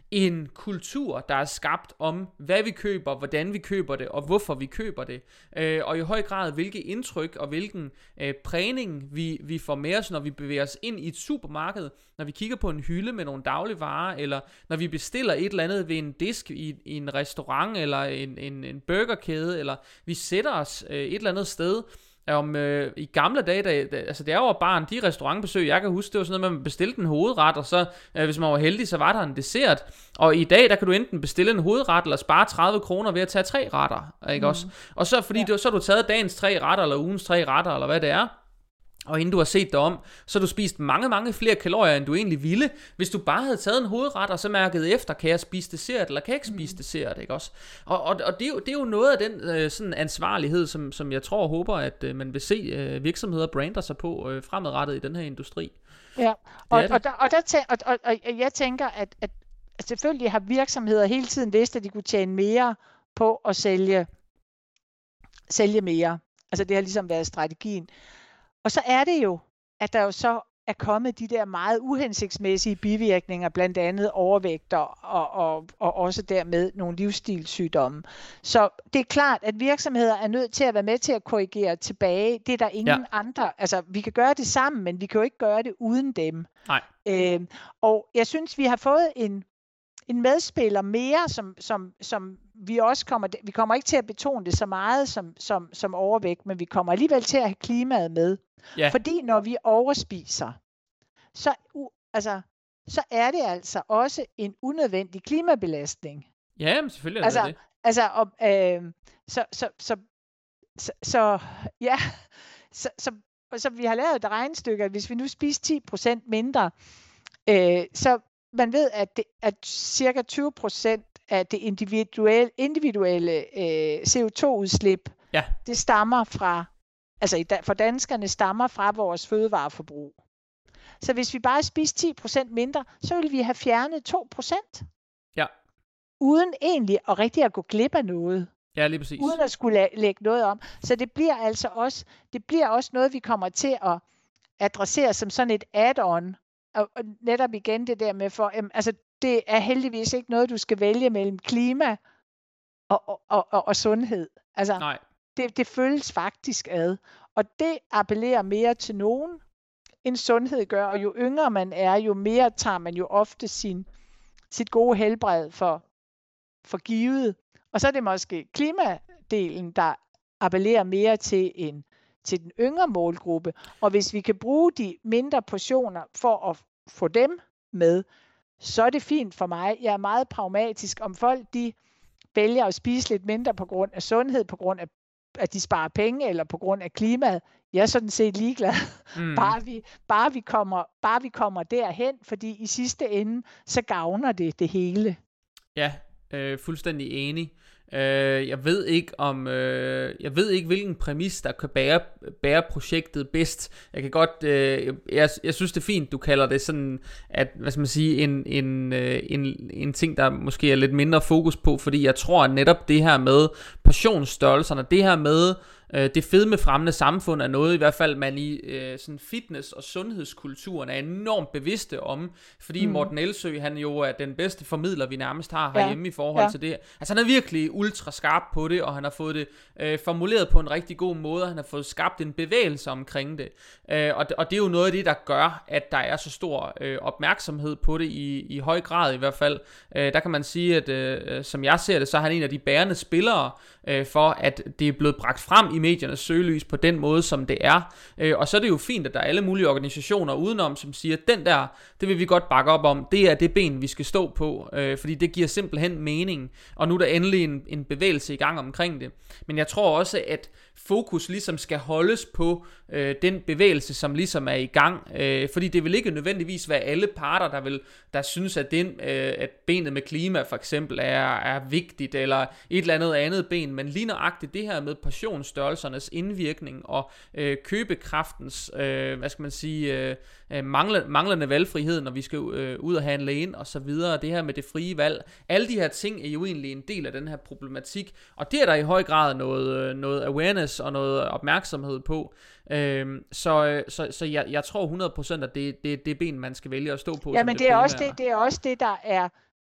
en kultur, der er skabt om, hvad vi køber, hvordan vi køber det, og hvorfor vi køber det. Og i høj grad, hvilke indtryk og hvilken prægning vi får med os, når vi bevæger os ind i et supermarked, når vi kigger på en hylde med nogle dagligvarer, eller når vi bestiller et eller andet ved en disk i en restaurant, eller en burgerkæde, eller vi sætter os et eller andet sted. I gamle dage, altså det er jo barn, de restaurantbesøg, jeg kan huske, det var sådan noget, man bestilte en hovedret, og så, hvis man var heldig, så var der en dessert. Og i dag, der kan du enten bestille en hovedret, eller spare 30 kroner ved at tage 3 retter, ikke også? Og så, fordi så har du taget dagens 3 retter, eller ugens 3 retter, eller hvad det er, og inden du har set dig om, så har du spist mange flere kalorier, end du egentlig ville. Hvis du bare havde taget en hovedret, og så mærket efter, kan jeg spise dessert, eller kan jeg ikke spise dessert, ikke også? Og det er jo noget af den sådan ansvarlighed, som jeg tror og håber, at man vil se virksomheder brander sig på fremadrettet i den her industri. Ja, og jeg tænker, at selvfølgelig har virksomheder hele tiden vidst, at de kunne tjene mere på at sælge mere. Altså det har ligesom været strategien. Og så er det jo, at der jo så er kommet de der meget uhensigtsmæssige bivirkninger, blandt andet overvægt og også dermed nogle livsstilssygdomme. Så det er klart, at virksomheder er nødt til at være med til at korrigere tilbage. Det er der ingen andre. Altså, vi kan gøre det sammen, men vi kan jo ikke gøre det uden dem. Nej. Og jeg synes, vi har fået en medspiller mere, som vi også vi kommer ikke til at betone det så meget som overvægt, men vi kommer alligevel til at have klimaet med. Yeah. Fordi når vi overspiser, så er det altså også en unødvendig klimabelastning. Ja, men selvfølgelig er det. Så vi har lavet et regnestykke, at hvis vi nu spiser 10% mindre, så man ved, at cirka 20% af det individuelle CO2-udslip, det stammer fra, altså for danskerne stammer fra vores fødevareforbrug. Så hvis vi bare spiser 10% mindre, så vil vi have fjernet 2%. Ja. Uden egentlig at rigtig at gå glip af noget. Ja, lige præcis. Uden at skulle lægge noget om. Så det bliver altså også noget, vi kommer til at adressere som sådan et add-on. Og netop igen det der med, det er heldigvis ikke noget, du skal vælge mellem klima og sundhed. Altså, nej. Det føles faktisk ad. Og det appellerer mere til nogen, end sundhed gør. Og jo yngre man er, jo mere tager man jo ofte sit gode helbred for givet. Og så er det måske klimadelen, der appellerer mere til den yngre målgruppe. Og hvis vi kan bruge de mindre portioner for at få dem med, så er det fint for mig. Jeg er meget pragmatisk. Om folk de vælger at spise lidt mindre på grund af sundhed, på grund af at de sparer penge, eller på grund af klimaet, jeg er sådan set ligeglad. Bare vi kommer derhen, fordi i sidste ende, så gavner det hele. Ja, fuldstændig enig. Jeg ved ikke hvilken præmis der kan bære projektet bedst. Jeg kan godt jeg synes det er fint du kalder det sådan, at hvad skal man sige, en ting der måske er lidt mindre fokus på, fordi jeg tror at netop det her med portionsstørrelserne, det her med det fedmefremmende samfund er noget, i hvert fald man i sådan fitness- og sundhedskulturen er enormt bevidste om, fordi Morten Elsø, han jo er den bedste formidler, vi nærmest har herhjemme i forhold til det. Altså han er virkelig ultra skarp på det, og han har fået det formuleret på en rigtig god måde, og han har fået skabt en bevægelse omkring det. Og det er jo noget af det, der gør, at der er så stor opmærksomhed på det i høj grad i hvert fald. Der kan man sige, at som jeg ser det, så er han en af de bærende spillere for, at det er blevet bragt frem i mediernes søgelys på den måde, som det er. Og så er det jo fint, at der er alle mulige organisationer udenom, som siger, at den der, det vil vi godt bakke op om, det er det ben, vi skal stå på, fordi det giver simpelthen mening. Og nu er der endelig en bevægelse i gang omkring det. Men jeg tror også, at fokus ligesom skal holdes på den bevægelse, som ligesom er i gang, fordi det vil ikke nødvendigvis være alle parter, der synes, at benet med klima for eksempel er vigtigt, eller et eller andet ben, men lige nøjagtigt det her med portionsstørrelsernes indvirkning og købekraftens, hvad skal man sige, manglende valgfrihed, når vi skal ud og handle ind og så videre, det her med det frie valg, alle de her ting er jo egentlig en del af den her problematik, og det er der i høj grad noget awareness og noget opmærksomhed på. Så jeg tror 100% at det er det ben, man skal vælge at stå på. Ja, men det er også det, der er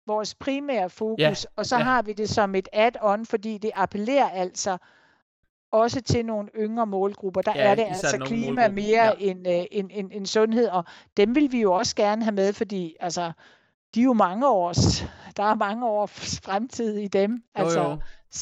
vores primære fokus, og så har vi det som et add-on, fordi det appellerer altså også til nogle yngre målgrupper. Der er det altså klima mere end sundhed, og dem vil vi jo også gerne have med, fordi altså, de er jo der er mange års fremtid i dem. Altså,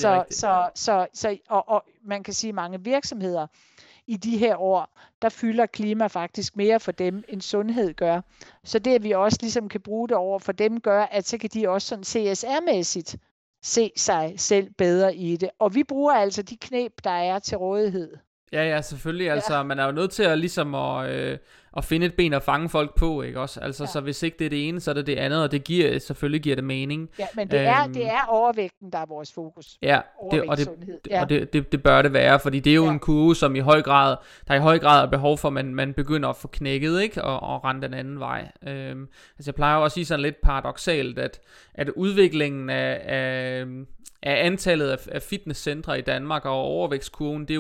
og man kan sige, mange virksomheder i de her år, der fylder klima faktisk mere for dem, end sundhed gør. Så det, at vi også ligesom kan bruge det over for dem, gør, at så kan de også sådan CSR-mæssigt se sig selv bedre i det. Og vi bruger altså de knep, der er til rådighed. Ja, selvfølgelig. Altså, man er jo nødt til at ligesom at finde et ben og fange folk på, ikke også? Altså, så hvis ikke det er det ene, så er det det andet, og det selvfølgelig giver det mening. Ja, men det er overvægten, der er vores fokus. Ja, det bør det være, fordi det er jo en kurve, som der i høj grad er behov for, at man begynder at få knækket, ikke? Og rende den anden vej. Altså, jeg plejer jo at sige sådan lidt paradoksalt, at udviklingen af antallet af fitnesscentre i Danmark og overvægtskurven, det er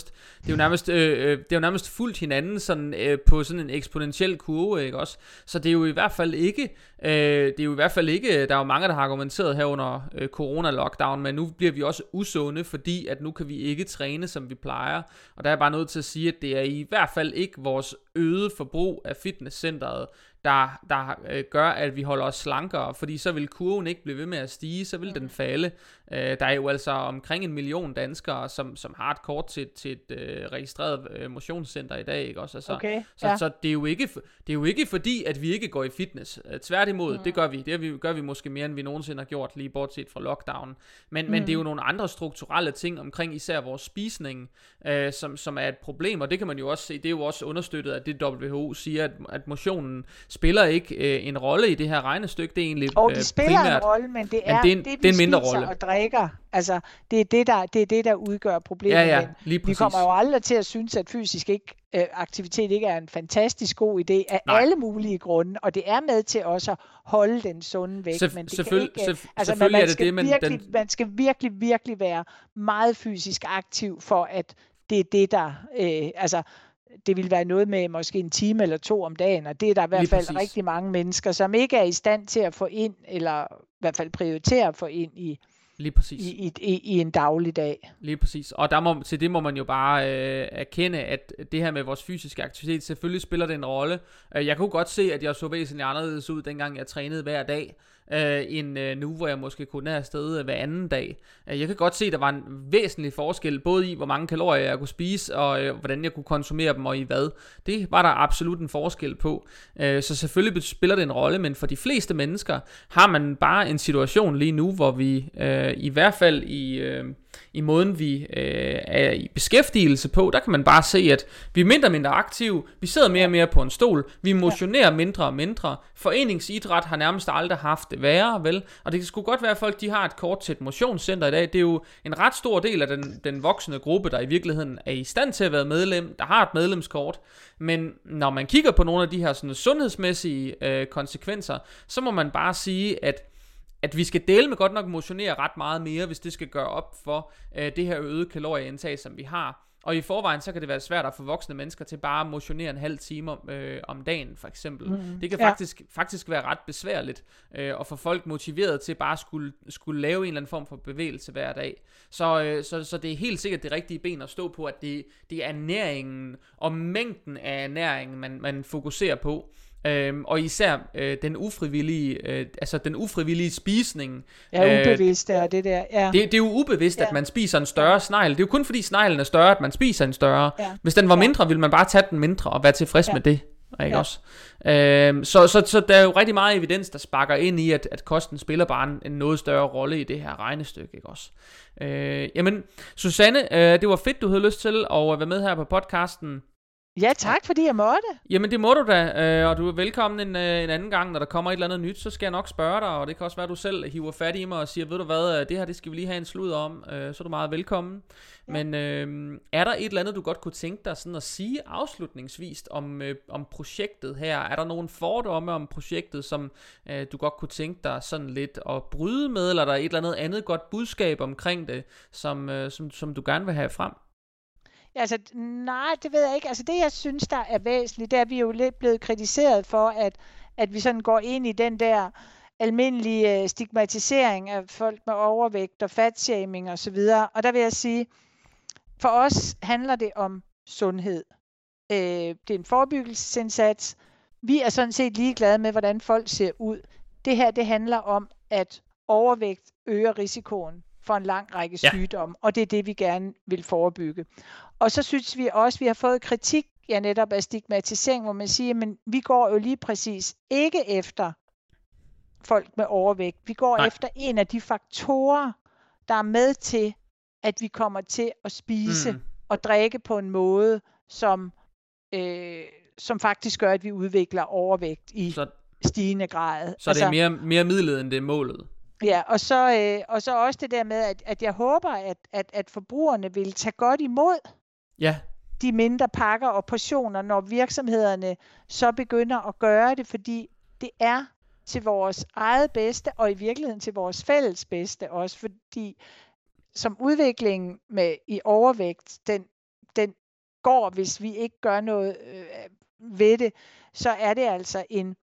jo nærmest fuldt hinanden sådan på sådan en eksponentiel kurve, ikke også? Så det er jo i hvert fald ikke der er jo mange, der har argumenteret her under corona-lockdown, men nu bliver vi også usunde, fordi at nu kan vi ikke træne, som vi plejer. Og der er jeg bare nødt til at sige, at det er i hvert fald ikke vores øget forbrug af fitnesscenteret, der gør, at vi holder os slankere, fordi så vil kurven ikke blive ved med at stige, så vil den falde. Der er jo altså omkring 1 million danskere, som har et kort til et registreret motionscenter i dag, ikke også? Altså, så det er jo ikke fordi, at vi ikke går i fitness. Tværtimod, det gør vi. Det gør vi måske mere, end vi nogensinde har gjort, lige bortset fra lockdown. Men det er jo nogle andre strukturelle ting omkring især vores spisning, som er et problem, og det kan man jo også se. Det er jo også understøttet af det WHO siger, at motionen spiller ikke en rolle i det her regnestykke. Det er egentlig det spiller primært en rolle, men det er en mindre rolle. Og drikker. Altså, det er det, der udgør problemet. Ja, lige præcis. Vi kommer jo aldrig til at synes, at fysisk aktivitet ikke er en fantastisk god idé af alle mulige grunde, og det er med til også at holde den sunde vægt. Men det kan ikke, man skal virkelig være meget fysisk aktiv for, at det er det, der det vil være noget med måske 1 time eller 2 om dagen, og det er der i hvert fald rigtig mange mennesker, som ikke er i stand til at få ind, eller i hvert fald prioritere at få ind i en dagligdag. Lige præcis. Og til det må man jo bare erkende, at det her med vores fysiske aktivitet, selvfølgelig spiller det en rolle. Jeg kunne godt se, at jeg så væsentligt anderledes ud, dengang jeg trænede hver dag, end nu, hvor jeg måske kunne nær afsted hver anden dag. Jeg kan godt se, at der var en væsentlig forskel, både i, hvor mange kalorier jeg kunne spise, og hvordan jeg kunne konsumere dem, og i hvad. Det var der absolut en forskel på. Så selvfølgelig spiller det en rolle, men for de fleste mennesker har man bare en situation lige nu, hvor vi i hvert fald i måden vi er i beskæftigelse på, der kan man bare se, at vi er mindre og mindre aktive, vi sidder mere og mere på en stol, vi motionerer mindre og mindre, foreningsidræt har nærmest aldrig haft det værre, vel? Og det skulle godt være, at folk de har et kort til et motionscenter i dag. Det er jo en ret stor del af den voksne gruppe, der i virkeligheden er i stand til at være medlem, der har et medlemskort. Men når man kigger på nogle af de her sådan sundhedsmæssige konsekvenser, så må man bare sige, at vi skal dele med godt nok motionere ret meget mere, hvis det skal gøre op for det her øgede kalorieindtag, som vi har. Og i forvejen, så kan det være svært at få voksne mennesker til bare at motionere en halv time om dagen, for eksempel. Det kan faktisk være ret besværligt at få folk motiveret til bare skulle lave en eller anden form for bevægelse hver dag. Så det er helt sikkert det rigtige ben at stå på, at det er næringen og mængden af næringen, man fokuserer på. Og især den ufrivillige spisning. Ja, ubevidst er det der. Ja. Det er jo ubevidst, at man spiser en større snegl. Det er jo kun fordi sneglen er større, at man spiser en større. Ja. Hvis den var mindre, ville man bare tage den mindre og være tilfreds med det. Ikke også? Så der er jo rigtig meget evidens, der sparker ind i, at kosten spiller bare en noget større rolle i det her regnestykke, ikke også? Jamen, Susanne, det var fedt, du havde lyst til at være med her på podcasten. Ja, tak fordi jeg måtte. Jamen det må du da, og du er velkommen en anden gang, når der kommer et eller andet nyt, så skal jeg nok spørge dig, og det kan også være, at du selv hiver fat i mig og siger, ved du hvad, det her det skal vi lige have en slud om, så er du meget velkommen. Ja. Men er der et eller andet, du godt kunne tænke dig sådan at sige afslutningsvis om projektet her? Er der nogle fordomme om projektet, som du godt kunne tænke dig sådan lidt at bryde med, eller er der et eller andet godt budskab omkring det, som du gerne vil have frem? Altså, nej, det ved jeg ikke. Altså, det jeg synes, der er væsentligt, det er, at vi er jo lidt blevet kritiseret for, at vi sådan går ind i den der almindelig stigmatisering af folk med overvægt og fatshaming osv. Og der vil jeg sige, for os handler det om sundhed. Det er en forebyggelsesindsats. Vi er sådan set ligeglade med, hvordan folk ser ud. Det her, det handler om, at overvægt øger risikoen for en lang række sygdomme, og det er det, vi gerne vil forebygge. Og så synes vi også, at vi har fået kritik netop af stigmatisering, hvor man siger, men vi går jo lige præcis ikke efter folk med overvægt. Vi går efter en af de faktorer, der er med til, at vi kommer til at spise og drikke på en måde, som faktisk gør, at vi udvikler overvægt i stigende grad. Så det er mere midlet, end det er målet? Ja, og så også det der med, at jeg håber, at forbrugerne vil tage godt imod de mindre pakker og portioner, når virksomhederne så begynder at gøre det, fordi det er til vores eget bedste, og i virkeligheden til vores fælles bedste også, fordi som udviklingen i overvægt, den går, hvis vi ikke gør noget ved det, så er det altså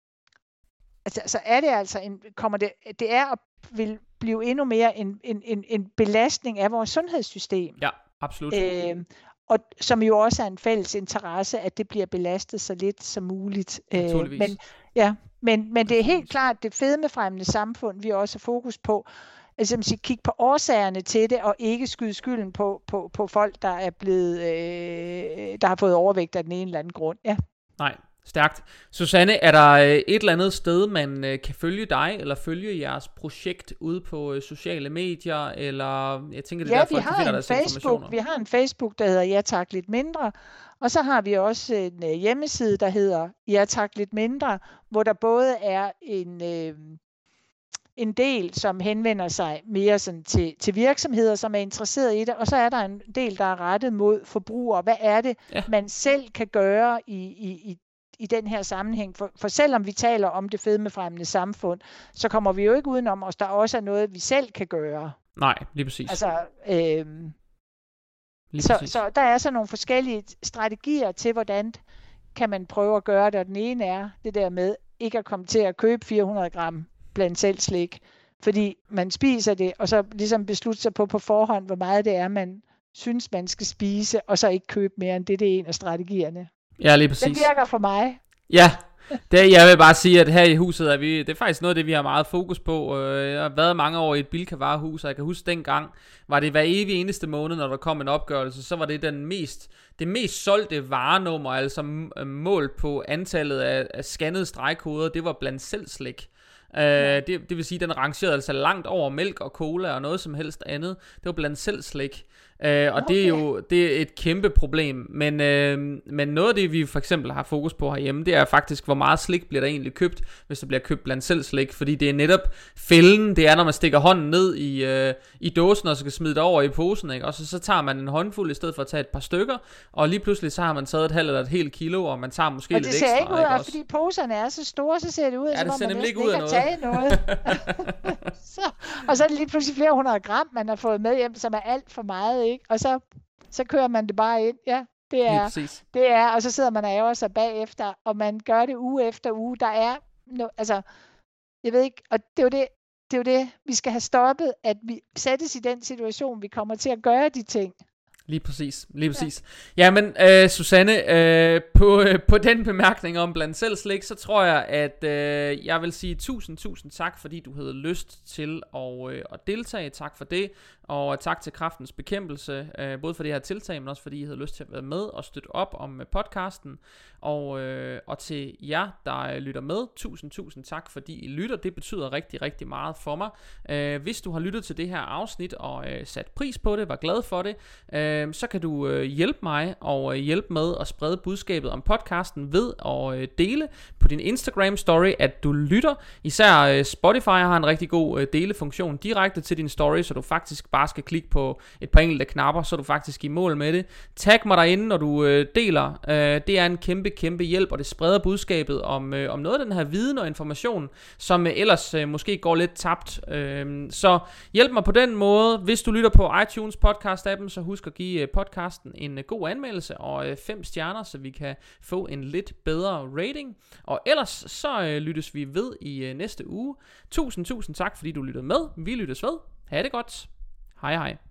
vil blive endnu mere en belastning af vores sundhedssystem. Ja, absolut. Og som jo også er en fælles interesse, at det bliver belastet så lidt som muligt. Men det er helt klart det fedmefremmende samfund, vi også har fokus på. Altså kigge på årsagerne til det, og ikke skyde skylden på folk, der er blevet, der har fået overvægt af den ene eller anden grund. Ja. Nej, stærkt. Susanne, er der et eller andet sted, man kan følge dig, eller følge jeres projekt ude på sociale medier, eller jeg tænker, det er derfor, at de finder deres informationer? Vi har en Facebook, der hedder Ja Tak Lidt Mindre, og så har vi også en hjemmeside, der hedder Ja Tak Lidt Mindre, hvor der både er en del, som henvender sig mere sådan til virksomheder, som er interesseret i det, og så er der en del, der er rettet mod forbrugere. Hvad er det, man selv kan gøre i den her sammenhæng? For selvom vi taler om det fedmefremmende samfund, så kommer vi jo ikke udenom os, der også er noget, vi selv kan gøre. Nej, lige præcis. Altså, så der er så nogle forskellige strategier til, hvordan kan man prøve at gøre det, og den ene er det der med ikke at komme til at købe 400 gram blandt selv slik, fordi man spiser det, og så ligesom beslutte sig på forhånd, hvor meget det er, man synes, man skal spise, og så ikke købe mere end det. Det er en af strategierne. Ja, lige præcis. Det virker for mig. Ja, jeg vil bare sige, at her i huset er det er faktisk noget af det, vi har meget fokus på. Jeg har været mange år i et Bilka-varehus, og jeg kan huske dengang, var det hver evig eneste måned, når der kom en opgørelse, så var det det mest solgte varenummer, altså målt på antallet af scannede stregkoder, det var blandt selv slik. Det vil sige, at den rangerede altså langt over mælk og cola og noget som helst andet. Det var blandt selv slik. Og det er et kæmpe problem. Men noget af det, vi for eksempel har fokus på herhjemme, det er faktisk, hvor meget slik bliver der egentlig købt, hvis der bliver købt blandt selv slik. Fordi det er netop fælden, det er, når man stikker hånden ned i dåsen og skal smide det over i posen, ikke? Og så tager man en håndfuld i stedet for at tage et par stykker, og lige pludselig så har man taget et halvt eller et helt kilo, og man tager måske lidt ekstra. Og det ser ikke ud af, fordi poserne er så store, så ser det ud af, som om man næsten ikke har taget noget. Og så er det lige pludselig flere 100 gram, man har fået med hjem, som er alt for meget, ikke? Og så kører man det bare ind. Ja, det er, og så sidder man og ærger sig bagefter, og man gør det uge efter uge. Der er, jeg ved ikke, og det er jo det, vi skal have stoppet, at vi sættes i den situation, vi kommer til at gøre de ting. Lige præcis. Jamen, Susanne, på den bemærkning om blandt selv slik, så tror jeg, at jeg vil sige tusind tak, fordi du havde lyst til at deltage. Tak for det, og tak til Kræftens Bekæmpelse, både for det her tiltag, men også fordi I havde lyst til at være med og støtte op om podcasten. Og til jer, der lytter med, tusind tak, fordi I lytter. Det betyder rigtig, rigtig meget for mig. Hvis du har lyttet til det her afsnit og sat pris på det, var glad for det, så kan du hjælpe mig og hjælpe med at sprede budskabet om podcasten ved at dele på din Instagram story, at du lytter. Især Spotify har en rigtig god delefunktion direkte til din story, så du faktisk bare skal klikke på et par enkelte knapper, så er du faktisk i mål med det. Tag mig derinde, når du deler. Det er en kæmpe hjælp, og det spreder budskabet om noget af den her viden og information, som ellers måske går lidt tabt. Så hjælp mig på den måde. Hvis du lytter på iTunes podcast-appen, så husk at give give podcasten en god anmeldelse og 5 stjerner, så vi kan få en lidt bedre rating. Og ellers så lyttes vi ved i næste uge. Tusind tak, fordi du lyttede med. Vi lyttes ved. Ha' det godt. Hej hej.